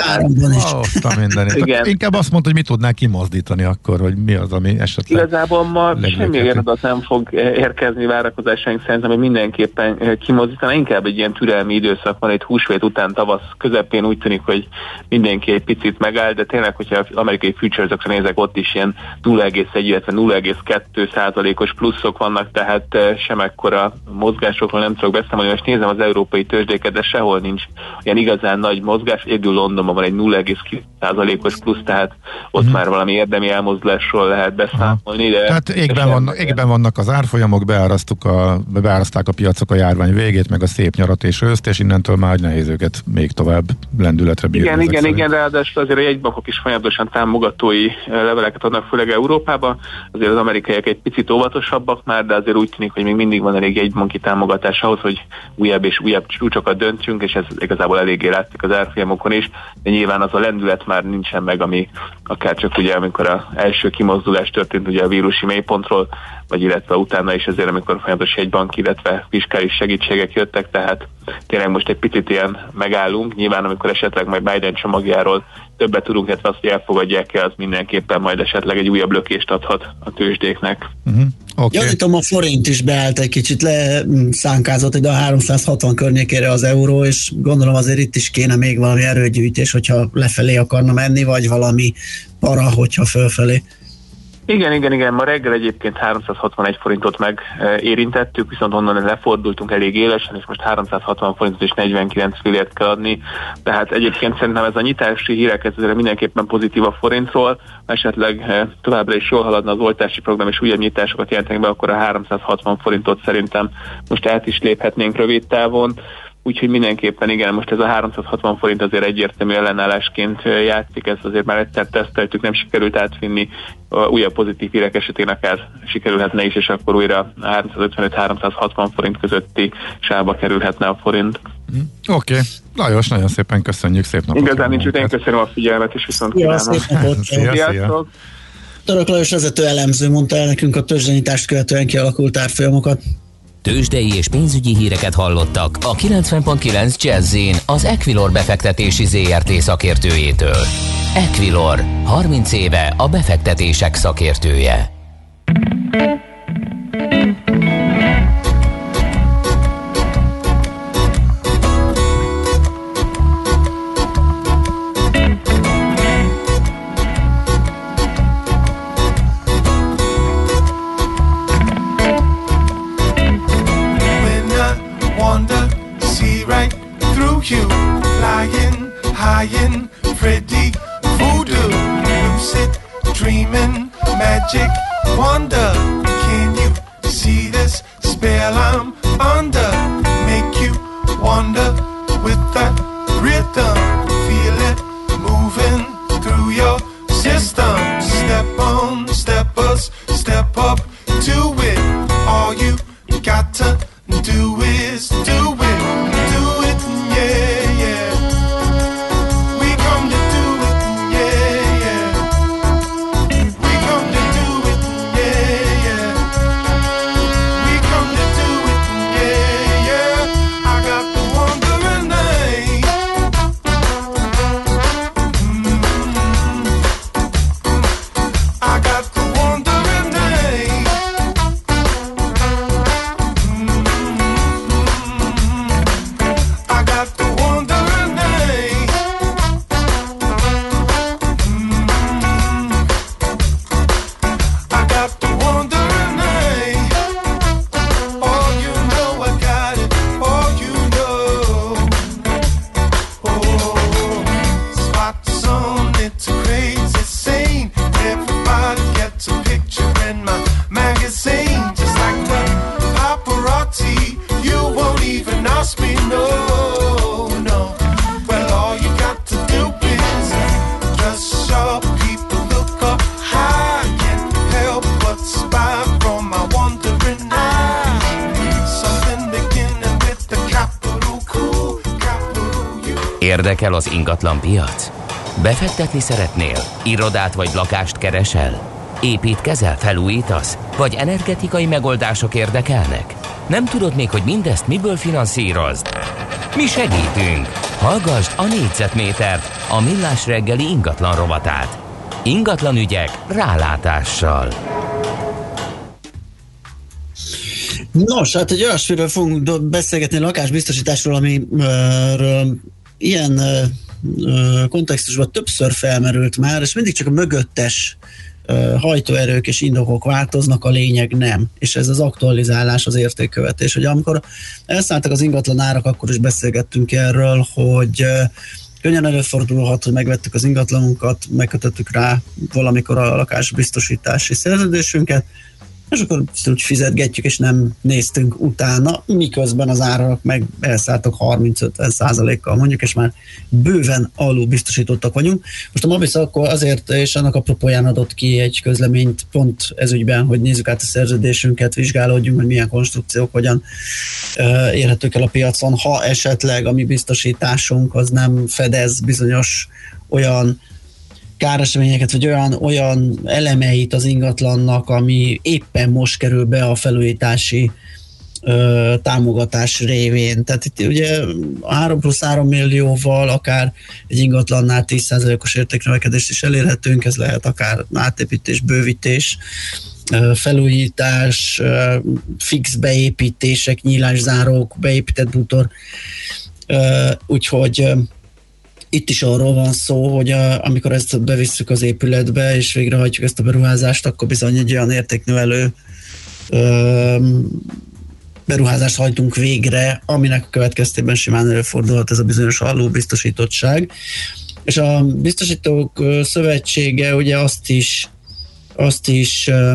Oh, Igen. Inkább azt mondta, hogy mit tudnál kimozdítani akkor, hogy mi az, ami esetleg... Igazából ma semmi olyan adat nem fog érkezni várakozásaink szerintem, hogy mindenképpen kimozdítani. Inkább egy ilyen türelmi időszak van, egy húsvét után tavasz közepén úgy tűnik, hogy mindenki egy picit megáll, de tényleg, hogyha az amerikai futuresokra nézek, ott is ilyen nulla egész egy, illetve nulla egész kettő százalékos pluszok vannak, tehát sem ekkora mozgásokról nem tudok beszámolni. Most nézem az európai tőzsdéket, de sehol nincs ilyen igazán nagy mozgás. Egyedül Londonban van egy nulla egész két százalékos plusz, tehát ott mm. már valami érdemi elmozdulásról lehet beszámolni. De tehát égben, van, égben vannak az árfolyamok, beárasztuk a, beáraszták a piacok a járvány végét, meg a szép nyarat és őszt, és innentől már nehéz őket még tovább lendületre bírni. Igen, igen, szerint. igen, ráadásul azért a jegybankok is folyamatosan támogatói leveleket adnak, főleg Európába. Azért az amerikaiak egy picit óvatosabbak már, de azért úgy tűnik, hogy még mindig van elég jegybanki támogatás ahhoz, hogy újabb és újabb csúcsokat döntsünk, és ez igazából eléggé látszik az árfolyamokon is, de nyilván az a lendület már nincsen meg, ami akár csak ugye, amikor az első kimozdulás történt ugye a vírusi mélypontról, vagy illetve utána is azért, amikor folyamatos jegybank, illetve fiskális segítségek jöttek, tehát tényleg most egy picit ilyen megállunk. Nyilván, amikor esetleg majd Biden csomagjáról többet tudunk, illetve azt, hogy elfogadják el, az mindenképpen majd esetleg egy újabb lökést adhat a tőzsdéknek. Uh-huh. Okay. Javítom, a forint is beállt egy kicsit, leszánkázott ide a háromszázhatvan környékére az euró, és gondolom azért itt is kéne még valami erőgyűjtés, hogyha lefelé akarna menni, vagy valami para, hogyha fölfelé. Igen, igen, igen, ma reggel egyébként háromszázhatvanegy forintot megérintettük, viszont onnan lefordultunk elég élesen, és most háromszázhatvan forintot és negyvenkilenc fillért kell adni, tehát egyébként szerintem ez a nyitási hírek, ez mindenképpen pozitív a forintról, esetleg továbbra is jól haladna az oltási program, és újabb nyitásokat jelentenek be, akkor a háromszázhatvan forintot szerintem most át is léphetnénk rövid távon. Úgyhogy mindenképpen igen, most ez a háromszázhatvan forint azért egyértelmű ellenállásként játszik, ezt azért már egyszer teszteltük, nem sikerült átvinni, újabb pozitív hírek esetén akár sikerülhetne is, és akkor újra háromszázötvenöt-háromszázhatvan forint közötti sávba kerülhetne a forint. Oké, okay. Lajos, nagyon szépen köszönjük, szép napot. Igazán nincs, én köszönöm a figyelmet, és viszont ja, kívánom. Szép napot. Szia, szia. Török Lajos vezető elemző mondta el nekünk a tőzsdenyitást követően kialakult árfolyamokat. Tőzsdei és pénzügyi híreket hallottak a kilencven pont kilenc Jazz-in az Equilor befektetési zé er té szakértőjétől. Equilor, harminc éve a befektetések szakértője. You flying high in Freddy voodoo, lucid dreaming, magic wonder. Can you see this spell I'm under? Make you wonder with that rhythm. Feel it moving through your system. Step on, steppers, step up to it. All you got to do is do it. Érdekel az ingatlan piac? Befektetni szeretnél? Irodát vagy lakást keresel? Építkezel, felújítasz? Vagy energetikai megoldások érdekelnek? Nem tudod még, hogy mindezt miből finanszírozd? Mi segítünk! Hallgasd a négyzetmétert, a Millás reggeli ingatlan rovatát. Ingatlan ügyek rálátással. Nos, hát egy olyasmiről fogunk beszélgetni, lakásbiztosításról, amiről ilyen ö, ö, kontextusban többször felmerült már, és mindig csak a mögöttes ö, hajtóerők és indokok változnak, a lényeg nem. És ez az aktualizálás, az értékkövetés. Hogy amikor elszálltak az ingatlan árak, akkor is beszélgettünk erről, hogy ö, könnyen előfordulhat, hogy megvettük az ingatlanunkat, megkötöttük rá valamikor a lakásbiztosítási szerződésünket, és akkor úgy fizetgetjük, és nem néztünk utána, miközben az árak meg elszálltak harminc-ötven százalékkal mondjuk, és már bőven alul biztosítottak vagyunk. Most a Mabis akkor azért, és annak apropóján adott ki egy közleményt pont ez ügyben, hogy nézzük át a szerződésünket, vizsgálódjunk, hogy milyen konstrukciók hogyan uh, érhetők el a piacon, ha esetleg a mi biztosításunk az nem fedez bizonyos olyan káreseményeket, vagy olyan, olyan elemeit az ingatlannak, ami éppen most kerül be a felújítási ö, támogatás révén. Tehát itt ugye három plusz három millióval akár egy ingatlannál tíz százalékos értéknövekedést is elérhetünk, ez lehet akár átépítés, bővítés, ö, felújítás, ö, fix beépítések, nyílászárók, beépített bútor, ö, úgyhogy ö, itt is arról van szó, hogy a, amikor ezt bevisszük az épületbe, és végrehajtjuk ezt a beruházást, akkor bizony egy olyan értéknövelő ö, beruházást hajtunk végre, aminek a következtében simán előfordulhat ez a bizonyos alulbiztosítottság. És a Biztosítók Szövetsége ugye azt is, azt is ö,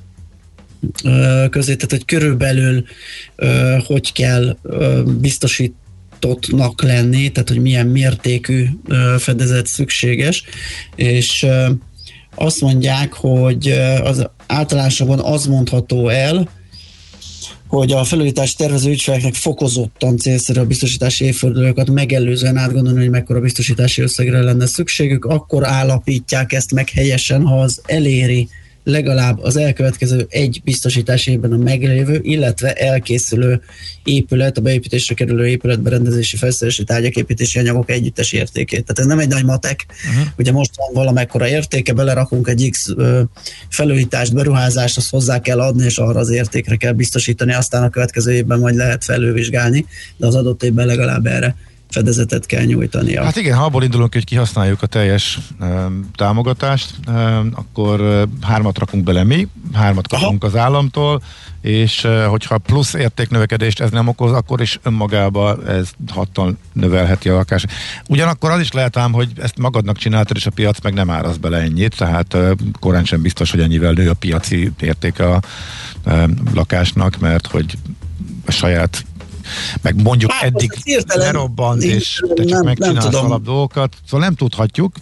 ö, közé tett, hogy körülbelül ö, hogy kell ö, biztosítani tottnak lenni, tehát hogy milyen mértékű ö, fedezet szükséges, és ö, azt mondják, hogy az általánosabban az mondható el, hogy a felújítási tervező ügyfeleknek fokozottan célszerű a biztosítási évfordulókat megelőzően átgondolni, hogy mekkora biztosítási összegre lenne szükségük, akkor állapítják ezt meg helyesen, ha az eléri legalább az elkövetkező egy biztosítási évben a meglévő, illetve elkészülő épület, a beépítésre kerülő épület berendezési, felszerelési tárgyak, építési anyagok együttes értékét. Tehát ez nem egy nagy matek, uh-huh. Ugye most van valamekkora értéke, belerakunk egy X ö, felújítást, beruházást, azt hozzá kell adni, és arra az értékre kell biztosítani, aztán a következő évben majd lehet felülvizsgálni, de az adott évben legalább erre fedezetet kell nyújtania. Hát igen, ha abból indulunk, hogy kihasználjuk a teljes e, támogatást, e, akkor e, hármat rakunk bele mi, hármat kapunk Aha. az államtól, és e, hogyha plusz értéknövekedést ez nem okoz, akkor is önmagában ez hattal növelheti a lakás. Ugyanakkor az is lehet ám, hogy ezt magadnak csináltad, és a piac meg nem árasz bele ennyit, tehát e, korán sem biztos, hogy ennyivel nő a piaci értéke a e, lakásnak, mert hogy a saját meg mondjuk hát, eddig lerobbant, és te csak nem, megcsinálsz nem alap dolgokat, szóval nem tudhatjuk.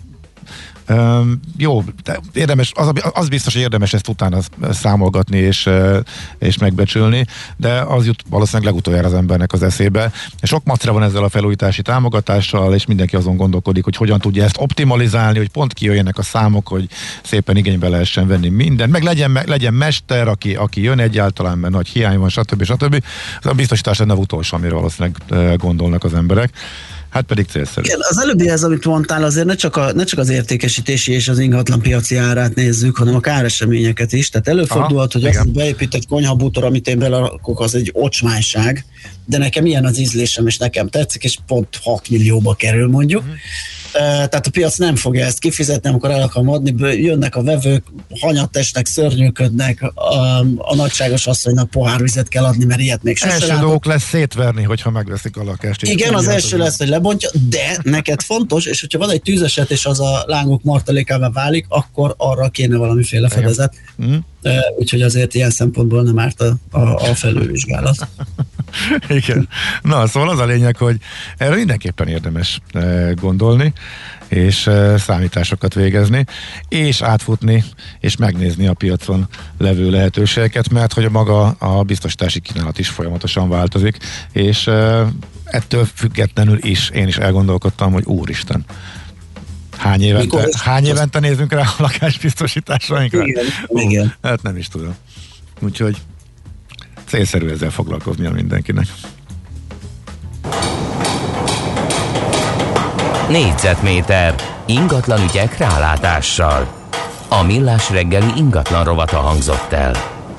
Um, jó, de érdemes, az, az biztos, hogy érdemes ezt utána számolgatni és, és megbecsülni, de az jut valószínűleg legutoljára az embernek az eszébe. Sok macera van ezzel a felújítási támogatással, és mindenki azon gondolkodik, hogy hogyan tudja ezt optimalizálni, hogy pont kijöjjenek a számok, hogy szépen igénybe lehessen venni minden, meg legyen, meg legyen mester, aki, aki jön egyáltalán, mert nagy hiány van, stb. stb. Ez a biztosítás lenne utolsó, amire valószínűleg gondolnak az emberek. Hát pedig célszerű. Igen, az előbbihez, amit mondtál, azért ne csak, a, ne csak az értékesítési és az ingatlan piaci árát nézzük, hanem a káreseményeket is. Tehát előfordulhat, hogy igen. Az, hogy beépített konyhabútor, amit én belerakok, az egy ocsmányság, de nekem ilyen az ízlésem, és nekem tetszik, és pont hat millióba kerül mondjuk. Uh-huh. Tehát a piac nem fogja ezt kifizetni, amikor el akarom adni, jönnek a vevők, hanyattesnek, szörnyűködnek, a, a nagyságos asszonynak pohárvizet kell adni, mert ilyet még sosem. Első dolgok lesz szétverni, hogyha megveszik a lakást. Igen, az első lesz, hogy lebontja, de neked fontos, és hogyha van egy tűzeset, és az a lángok martalékává válik, akkor arra kéne valamiféle fedezet. Mm. Úgyhogy azért ilyen szempontból nem árt a, a, a felülvizsgálat. Igen. Na, szóval az a lényeg, hogy erre mindenképpen érdemes gondolni, és számításokat végezni, és átfutni, és megnézni a piacon levő lehetőségeket, mert hogy a maga a biztosítási kínálat is folyamatosan változik, és ettől függetlenül is én is elgondolkodtam, hogy úristen, hány évente, hány évente nézünk rá a lakásbiztosításainkra? Igen, igen. Hát nem is tudom. Úgyhogy célszerű ezzel foglalkoznia mindenkinek. Négyzetméter ingatlan ügyek rálátással. A Millás reggeli ingatlan rovata hangzott el.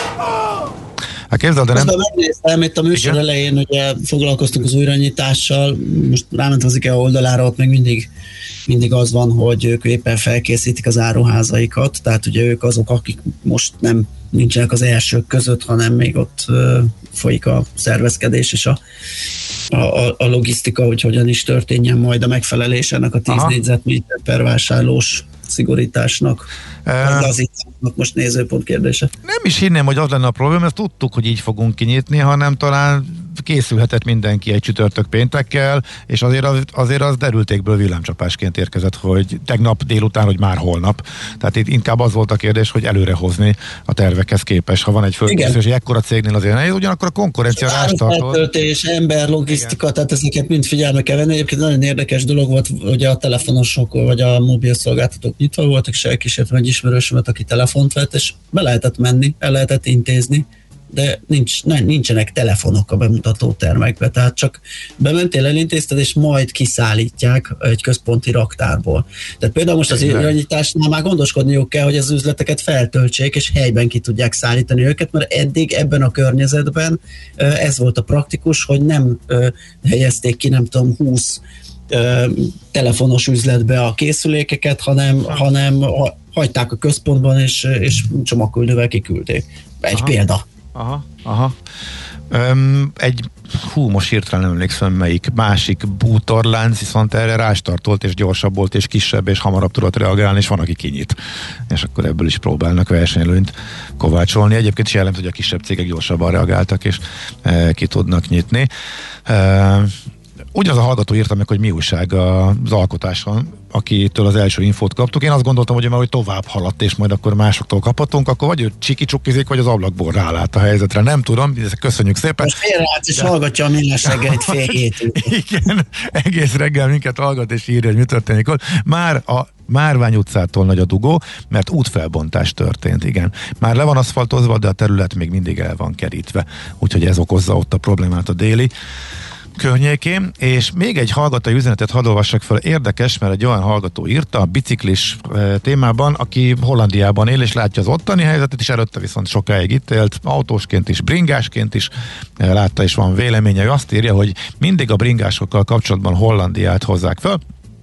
Hát képzeld, de nem... Aztán megnéztem, itt a műsor igen? elején ugye foglalkoztunk az újranyitással, most ráment az IKEA oldalára, ott még mindig, mindig az van, hogy ők éppen felkészítik az áruházaikat, tehát ugye ők azok, akik most nem nincsenek az elsők között, hanem még ott uh, folyik a szervezkedés és a, a, a logisztika, hogy hogyan is történjen majd a megfelelés ennek a tíz négyzetméter per vásárlós szigorításnak. De az itt most nézőpont kérdése. Nem is hinném, hogy az lenne a probléma, ezt tudtuk, hogy így fogunk kinyitni, hanem talán készülhetett mindenki egy csütörtök péntekkel, és azért az, azért az derültékből villámcsapásként érkezett, hogy tegnap délután, hogy már holnap. Tehát itt inkább az volt a kérdés, hogy előrehozni a tervekhez képest. Ha van egy fölkészülés, egy ekkora cégnél azért nehéz, ugyanakkor a konkurencia rástartol. Feltöltés, ember, logisztika, igen. Tehát ezeket mind figyelme kell venni. Egyébként nagyon érdekes dolog volt, hogy a telefonosok vagy a mobil szolgáltatók nyitva voltak, és elkísértem egy ismerősömet, aki telefont vett, és be lehetett menni, el lehetett intézni, de nincs, nem, nincsenek telefonok a bemutató termekbe, tehát csak bementél, elintézted, és majd kiszállítják egy központi raktárból. Tehát például most az irányításnál már gondoskodniuk kell, hogy az üzleteket feltöltsék, és helyben ki tudják szállítani őket, mert eddig ebben a környezetben ez volt a praktikus, hogy nem helyezték ki, nem tudom, húsz telefonos üzletbe a készülékeket, hanem, hanem hagyták a központban, és, és csomagküldővel kiküldték. Egy aha. példa. Aha, aha. Öm, egy, hú, most hirtelen nem emlékszem melyik, másik bútorlánc viszont erre rástartolt, és gyorsabb volt, és kisebb, és hamarabb tudott reagálni, és van, aki kinyit. És akkor ebből is próbálnak versenyelőnyt kovácsolni. Egyébként is jelent, hogy a kisebb cégek gyorsabban reagáltak, és e, ki tudnak nyitni. E, ugyanaz a hallgató írta meg, hogy mi újság az alkotáson, akitől az első infót kaptuk. Én azt gondoltam, hogy már hogy tovább haladt, és majd akkor másoktól kaphatunk, akkor vagy ő csiki-csukizik, vagy az ablakból rálát a helyzetre. Nem tudom, köszönjük szépen. Most félrelátsz, és hallgatja a Millás reggelit fél hétig. Igen, egész reggel minket hallgat, és írja, hogy mi történik ott. Már a Márvány utcától nagy a dugó, mert útfelbontás történt, igen. Már le van aszfaltozva, de a terület még mindig el van kerítve. Úgyhogy ez okozza ott a problémát a déli környékén, és még egy hallgatói üzenetet hadd olvassak fel. Érdekes, mert egy olyan hallgató írta a biciklis e, témában, aki Hollandiában él, és látja az ottani helyzetet, és előtte viszont sokáig itt élt, autósként is, bringásként is e, látta, és van véleménye. Ő azt írja, hogy mindig a bringásokkal kapcsolatban Hollandiát hozzák fel,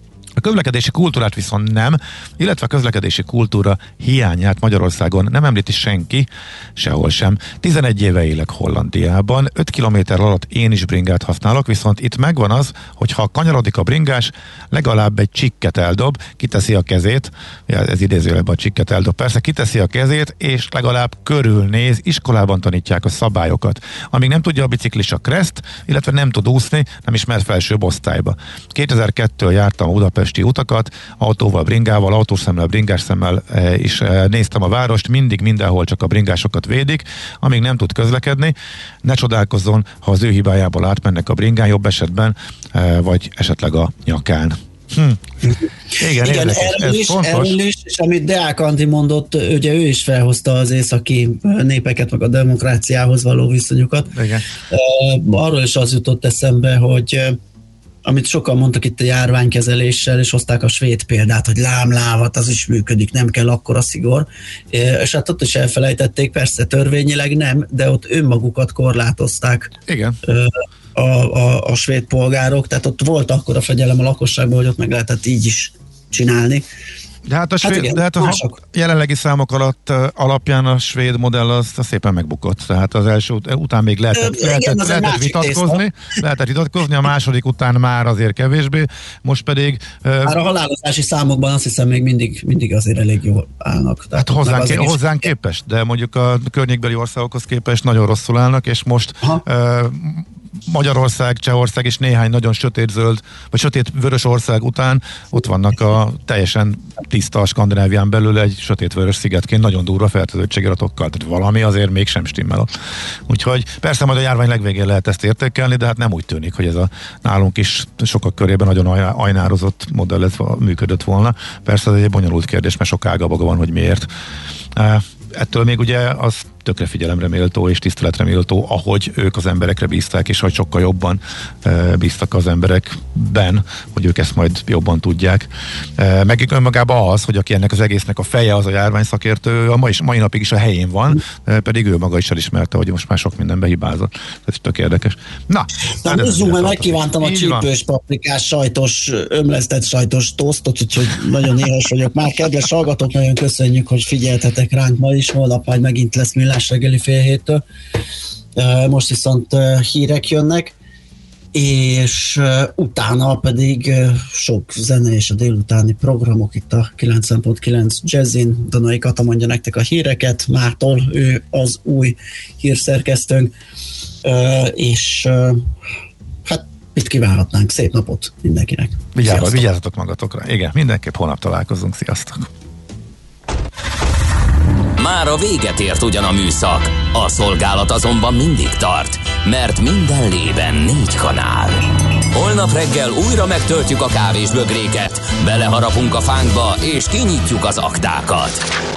a közlekedési kultúrát viszont nem, illetve a közlekedési kultúra hiányát Magyarországon nem említi senki, sehol sem. tizenegy éve élek Hollandiában, öt kilométer alatt én is bringát használok, viszont itt megvan az, hogy ha kanyarodik a bringás, legalább egy csikket eldob, kiteszi a kezét, ja, ez idézőjelben a csikket eldob, persze kiteszi a kezét, és legalább körülnéz, iskolában tanítják a szabályokat. Amíg nem tudja a biciklis a kreszt, illetve nem tud úszni, nem is mehet felsőbb osztályba. kétezer-kettőtől jártam a Budapest utakat, autóval, bringával, autószemmel, bringásszemmel e, is e, néztem a várost, mindig mindenhol csak a bringásokat védik, amíg nem tud közlekedni. Ne csodálkozzon, ha az ő hibájából átmennek a bringán, jobb esetben, e, vagy esetleg a nyakán. Hm. Igen, Igen, érdekes, erről ez is, fontos. erről is, és amit Deák Andi mondott, ugye ő is felhozta az északi népeket, meg a demokráciához való viszonyukat. Igen. Uh, arról is az jutott eszembe, hogy amit sokan mondtak itt a járványkezeléssel, és hozták a svéd példát, hogy lámlávat, az is működik, nem kell akkora szigor. És hát ott is elfelejtették, persze törvényileg nem, de ott önmagukat korlátozták. Igen. A, a, a svéd polgárok, tehát ott volt akkora fegyelem a lakosságban, hogy ott meg lehetett így is csinálni. De hát a, svéd, hát igen, de hát a jelenlegi számok alatt alapján a svéd modell az, az szépen megbukott. Tehát az első ut- után még lehetett, Ö, lehetett, igen, lehetett vitatkozni, lehetett vitatkozni, a második után már azért kevésbé, most pedig... Már a halálozási számokban azt hiszem még mindig, mindig azért elég jól állnak. Tehát hát hozzánk, ké- hozzánk képest, de mondjuk a környékbeli országokhoz képest nagyon rosszul állnak, és most... Uh, Magyarország, Csehország és néhány nagyon sötét-zöld, vagy sötét-vörös ország után ott vannak a teljesen tiszta Skandinávián belül egy sötét-vörös szigetként nagyon durva fertőzöttségiratokkal, tehát valami azért mégsem stimmel. Úgyhogy persze majd a járvány legvégén lehet ezt értékelni, de hát nem úgy tűnik, hogy ez a nálunk is sokak körében nagyon ajnározott modell ez működött volna. Persze ez egy bonyolult kérdés, mert sok ágabaga van, hogy miért. Ettől még ugye az tökre figyelemre méltó és tiszteletre méltó, ahogy ők az emberekre bízták, és hogy sokkal jobban e, bíztak az emberekben, hogy ők ezt majd jobban tudják. E, meg önmagában az, hogy aki ennek az egésznek a feje, az a járványszakértő, a mai, mai napig is a helyén van, e, pedig ő maga is elismerte, hogy most már sok mindenbe hibázott. Ez tök érdekes. Na, Na nézzünk, mert megkívántam a csípős, paprikás, sajtos, ömlesztett sajtos tosztot, úgyhogy nagyon éhes vagyok. Már kedves hallgatók, nagyon köszönjük, hogy figyeltetek ránk ma is, holnap majd megint lesz Millás reggeli fél héttől. Most viszont hírek jönnek, és utána pedig sok zene és a délutáni programok itt a kilencven pont kilenc Jazzin. Donai Kata mondja nektek a híreket, Mától ő az új hírszerkesztőnk, és hát mit kívánhatnánk? Szép napot mindenkinek! Vigyázzatok, vigyázzatok magatokra! Igen, mindenképp holnap találkozunk. Sziasztok! Már a véget ért ugyan a műszak, a szolgálat azonban mindig tart, mert minden lében négy kanál. Holnap reggel újra megtöltjük a kávésbögréket, beleharapunk a fánkba és kinyitjuk az aktákat.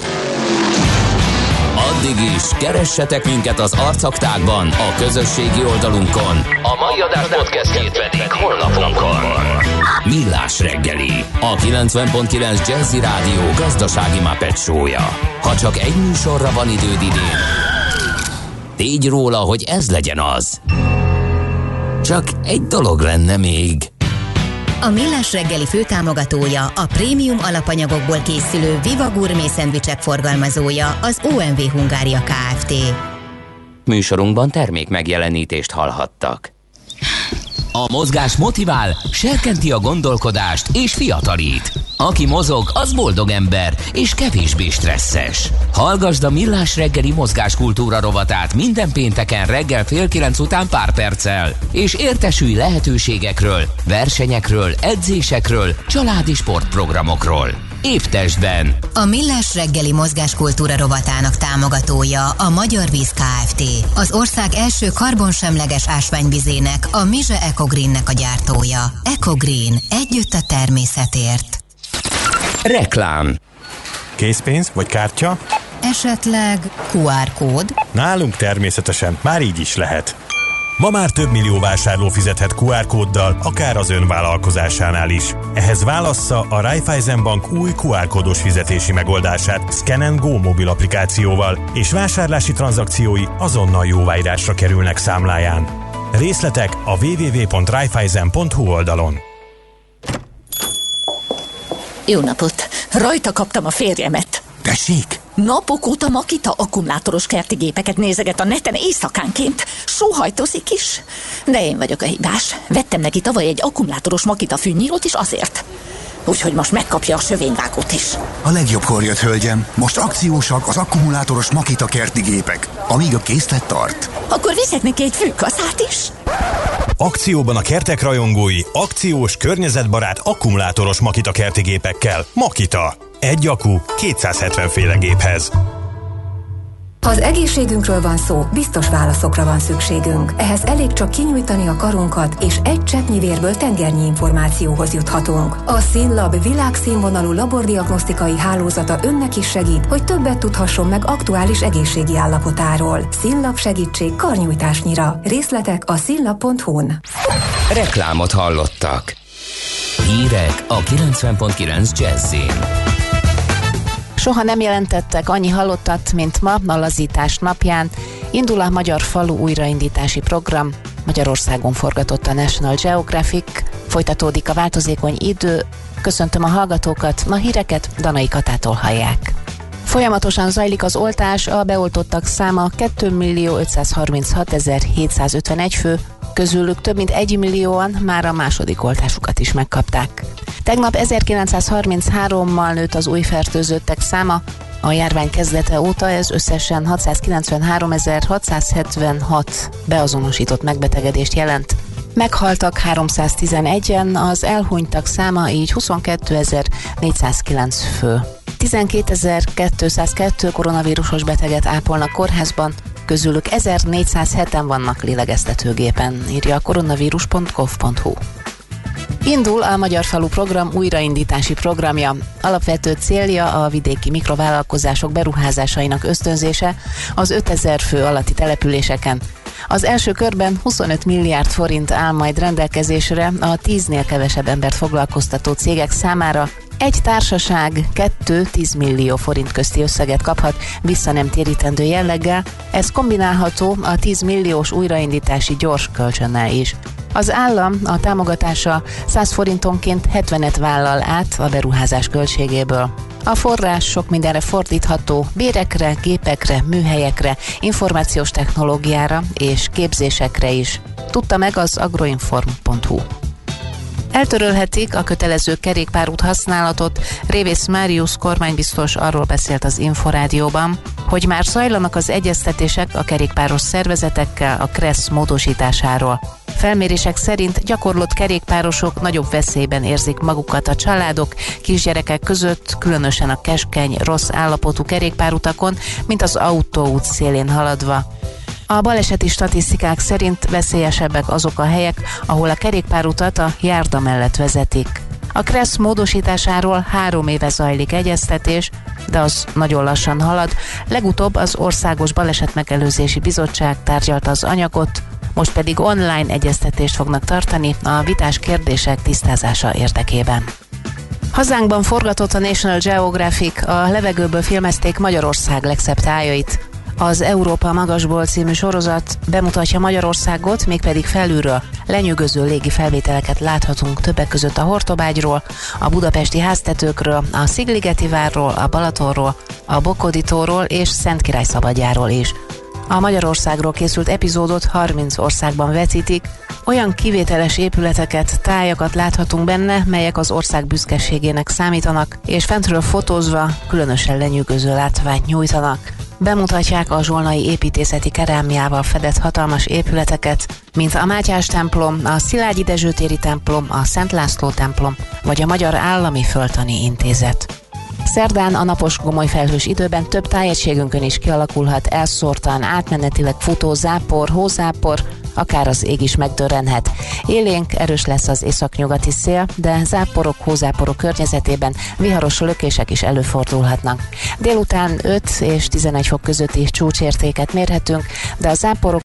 Addig is keressetek minket az arcaktákban, a közösségi oldalunkon. A mai adás podcastjét pedig honlapunkon. Millás reggeli, a kilencven pont kilenc Jazzy Rádió gazdasági Muppet show-ja. Ha csak egy műsorra van időd idén, tégy róla, hogy ez legyen az. Csak egy dolog lenne még. A Millás reggeli főtámogatója, a prémium alapanyagokból készülő Viva Gourmet szendvicsek forgalmazója, az o em vé Hungária Kft. Műsorunkban termék megjelenítést hallhattak. A mozgás motivál, serkenti a gondolkodást és fiatalít. Aki mozog, az boldog ember és kevésbé stresszes. Hallgasd a Millás reggeli mozgáskultúra rovatát minden pénteken reggel fél kilenc után pár perccel, és értesülj lehetőségekről, versenyekről, edzésekről, családi sportprogramokról. Épp testben. A Millás reggeli mozgáskultúra rovatának támogatója a Magyar Víz Kft. Az ország első karbonsemleges ásványvizének, a Mize Ecogreennek a gyártója. Ecogreen. Együtt a természetért. Reklám. Készpénz vagy kártya? Esetleg kú ár kód? Nálunk természetesen, már így is lehet. Ma már több millió vásárló fizethet kú ár kóddal, akár az ön vállalkozásánál is. Ehhez válassza a Raiffeisen Bank új kú ár kódos fizetési megoldását Scan and Go mobil applikációval, és vásárlási tranzakciói azonnal jóváírásra kerülnek számláján. Részletek a double-u double-u double-u pont raiffeisen pont hu oldalon. Jó napot! Rajta kaptam a férjemet. Tessék? Napok óta Makita akkumulátoros kerti gépeket nézeget a neten éjszakánként. Sóhajtozik is. De én vagyok a hibás. Vettem neki tavaly egy akkumulátoros Makita fűnyírót is azért. Úgyhogy most megkapja a sövényvágót is. A legjobbkor jött, hölgyem. Most akciósak az akkumulátoros Makita kerti gépek, amíg a készlet tart. Akkor viszek neki egy fűkaszát is. Akcióban a kertek rajongói, akciós, környezetbarát, akkumulátoros Makita kerti gépekkel. Makita. Egy akku kétszázhetven féle géphez. Ha az egészségünkről van szó, biztos válaszokra van szükségünk. Ehhez elég csak kinyújtani a karunkat, és egy cseppnyi vérből tengernyi információhoz juthatunk. A SynLab világszínvonalú labordiagnosztikai hálózata önnek is segít, hogy többet tudhasson meg aktuális egészségi állapotáról. SynLab segítség karnyújtásnyira. Részletek a synlab pont hu-n. Reklámot hallottak. Hírek a kilencven pont kilenc Jazzin. Soha nem jelentettek annyi halottat, mint ma, a lazítás napján. Indul a Magyar Falu újraindítási program. Magyarországon forgatott a National Geographic. Folytatódik a változékony idő. Köszöntöm a hallgatókat, a híreket Danai Katától hallják. Folyamatosan zajlik az oltás, a beoltottak száma két millió ötszázharminchat-ezerhétszázötvenegy fő, közülük több mint egy millióan már a második oltásukat is megkapták. Tegnap ezerkilencszázharminchárommal nőtt az új fertőzöttek száma, a járvány kezdete óta ez összesen hatszázkilencvenháromezer-hatszázhetvenhat beazonosított megbetegedést jelent. Meghaltak háromszáztizenegyen, az elhunytak száma így huszonkétezer-négyszázkilenc fő. tizenkétezer-kétszázkettő koronavírusos beteget ápolnak kórházban, közülük ezernégyszázheten vannak lélegeztetőgépen, írja a koronavírus pont gov pont hu. Indul a Magyar Falu program újraindítási programja. Alapvető célja a vidéki mikrovállalkozások beruházásainak ösztönzése az ötezer fő alatti településeken. Az első körben huszonöt milliárd forint áll majd rendelkezésre a tíznél kevesebb embert foglalkoztató cégek számára. Egy társaság kettő-tíz millió forint közti összeget kaphat vissza nem térítendő jelleggel, ez kombinálható a tíz milliós újraindítási gyors kölcsönnel is. Az állam a támogatása száz forintonként hetvenet vállal át a beruházás költségéből. A forrás sok mindenre fordítható, bérekre, gépekre, műhelyekre, információs technológiára és képzésekre is. Tudta meg az agroinform pont hu. Eltörölhetik a kötelező kerékpárút használatot. Révész Máriusz kormánybiztos arról beszélt az Inforádióban, hogy már zajlanak az egyeztetések a kerékpáros szervezetekkel a KRESZ módosításáról. Felmérések szerint gyakorlott kerékpárosok nagyobb veszélyben érzik magukat a családok, kisgyerekek között, különösen a keskeny, rossz állapotú kerékpárutakon, mint az autóút szélén haladva. A baleseti statisztikák szerint veszélyesebbek azok a helyek, ahol a kerékpárutat a járda mellett vezetik. A KRESZ módosításáról három éve zajlik egyeztetés, de az nagyon lassan halad. Legutóbb az Országos Balesetmegelőzési Bizottság tárgyalta az anyagot, most pedig online egyeztetést fognak tartani a vitás kérdések tisztázása érdekében. Hazánkban forgatott a National Geographic, a levegőből filmezték Magyarország legszebb tájait. Az Európa magasból című sorozat bemutatja Magyarországot, mégpedig felülről. Lenyűgöző légi felvételeket láthatunk többek között a Hortobágyról, a budapesti háztetőkről, a Szigligeti várról, a Balatonról, a Bokodítóról és Szentkirály szabadjáról is. A Magyarországról készült epizódot harminc országban vetítik, olyan kivételes épületeket, tájakat láthatunk benne, melyek az ország büszkeségének számítanak, és fentről fotózva különösen lenyűgöző látványt nyújtanak. Bemutatják a zsolnai építészeti kerámiával fedett hatalmas épületeket, mint a Mátyás templom, a Szilágyi Dezső téri templom, a Szent László templom, vagy a Magyar Állami Földtani Intézet. Szerdán a napos, gomoly felhős időben több tájegységünkön is kialakulhat elszórtan, átmenetileg futó zápor, hózápor, akár az ég is megdörrenhet. Élénk, erős lesz az északnyugati szél, de záporok, hózáporok környezetében viharos lökések is előfordulhatnak. Délután öt és tizenegy fok közötti csúcsértéket mérhetünk, de a záporok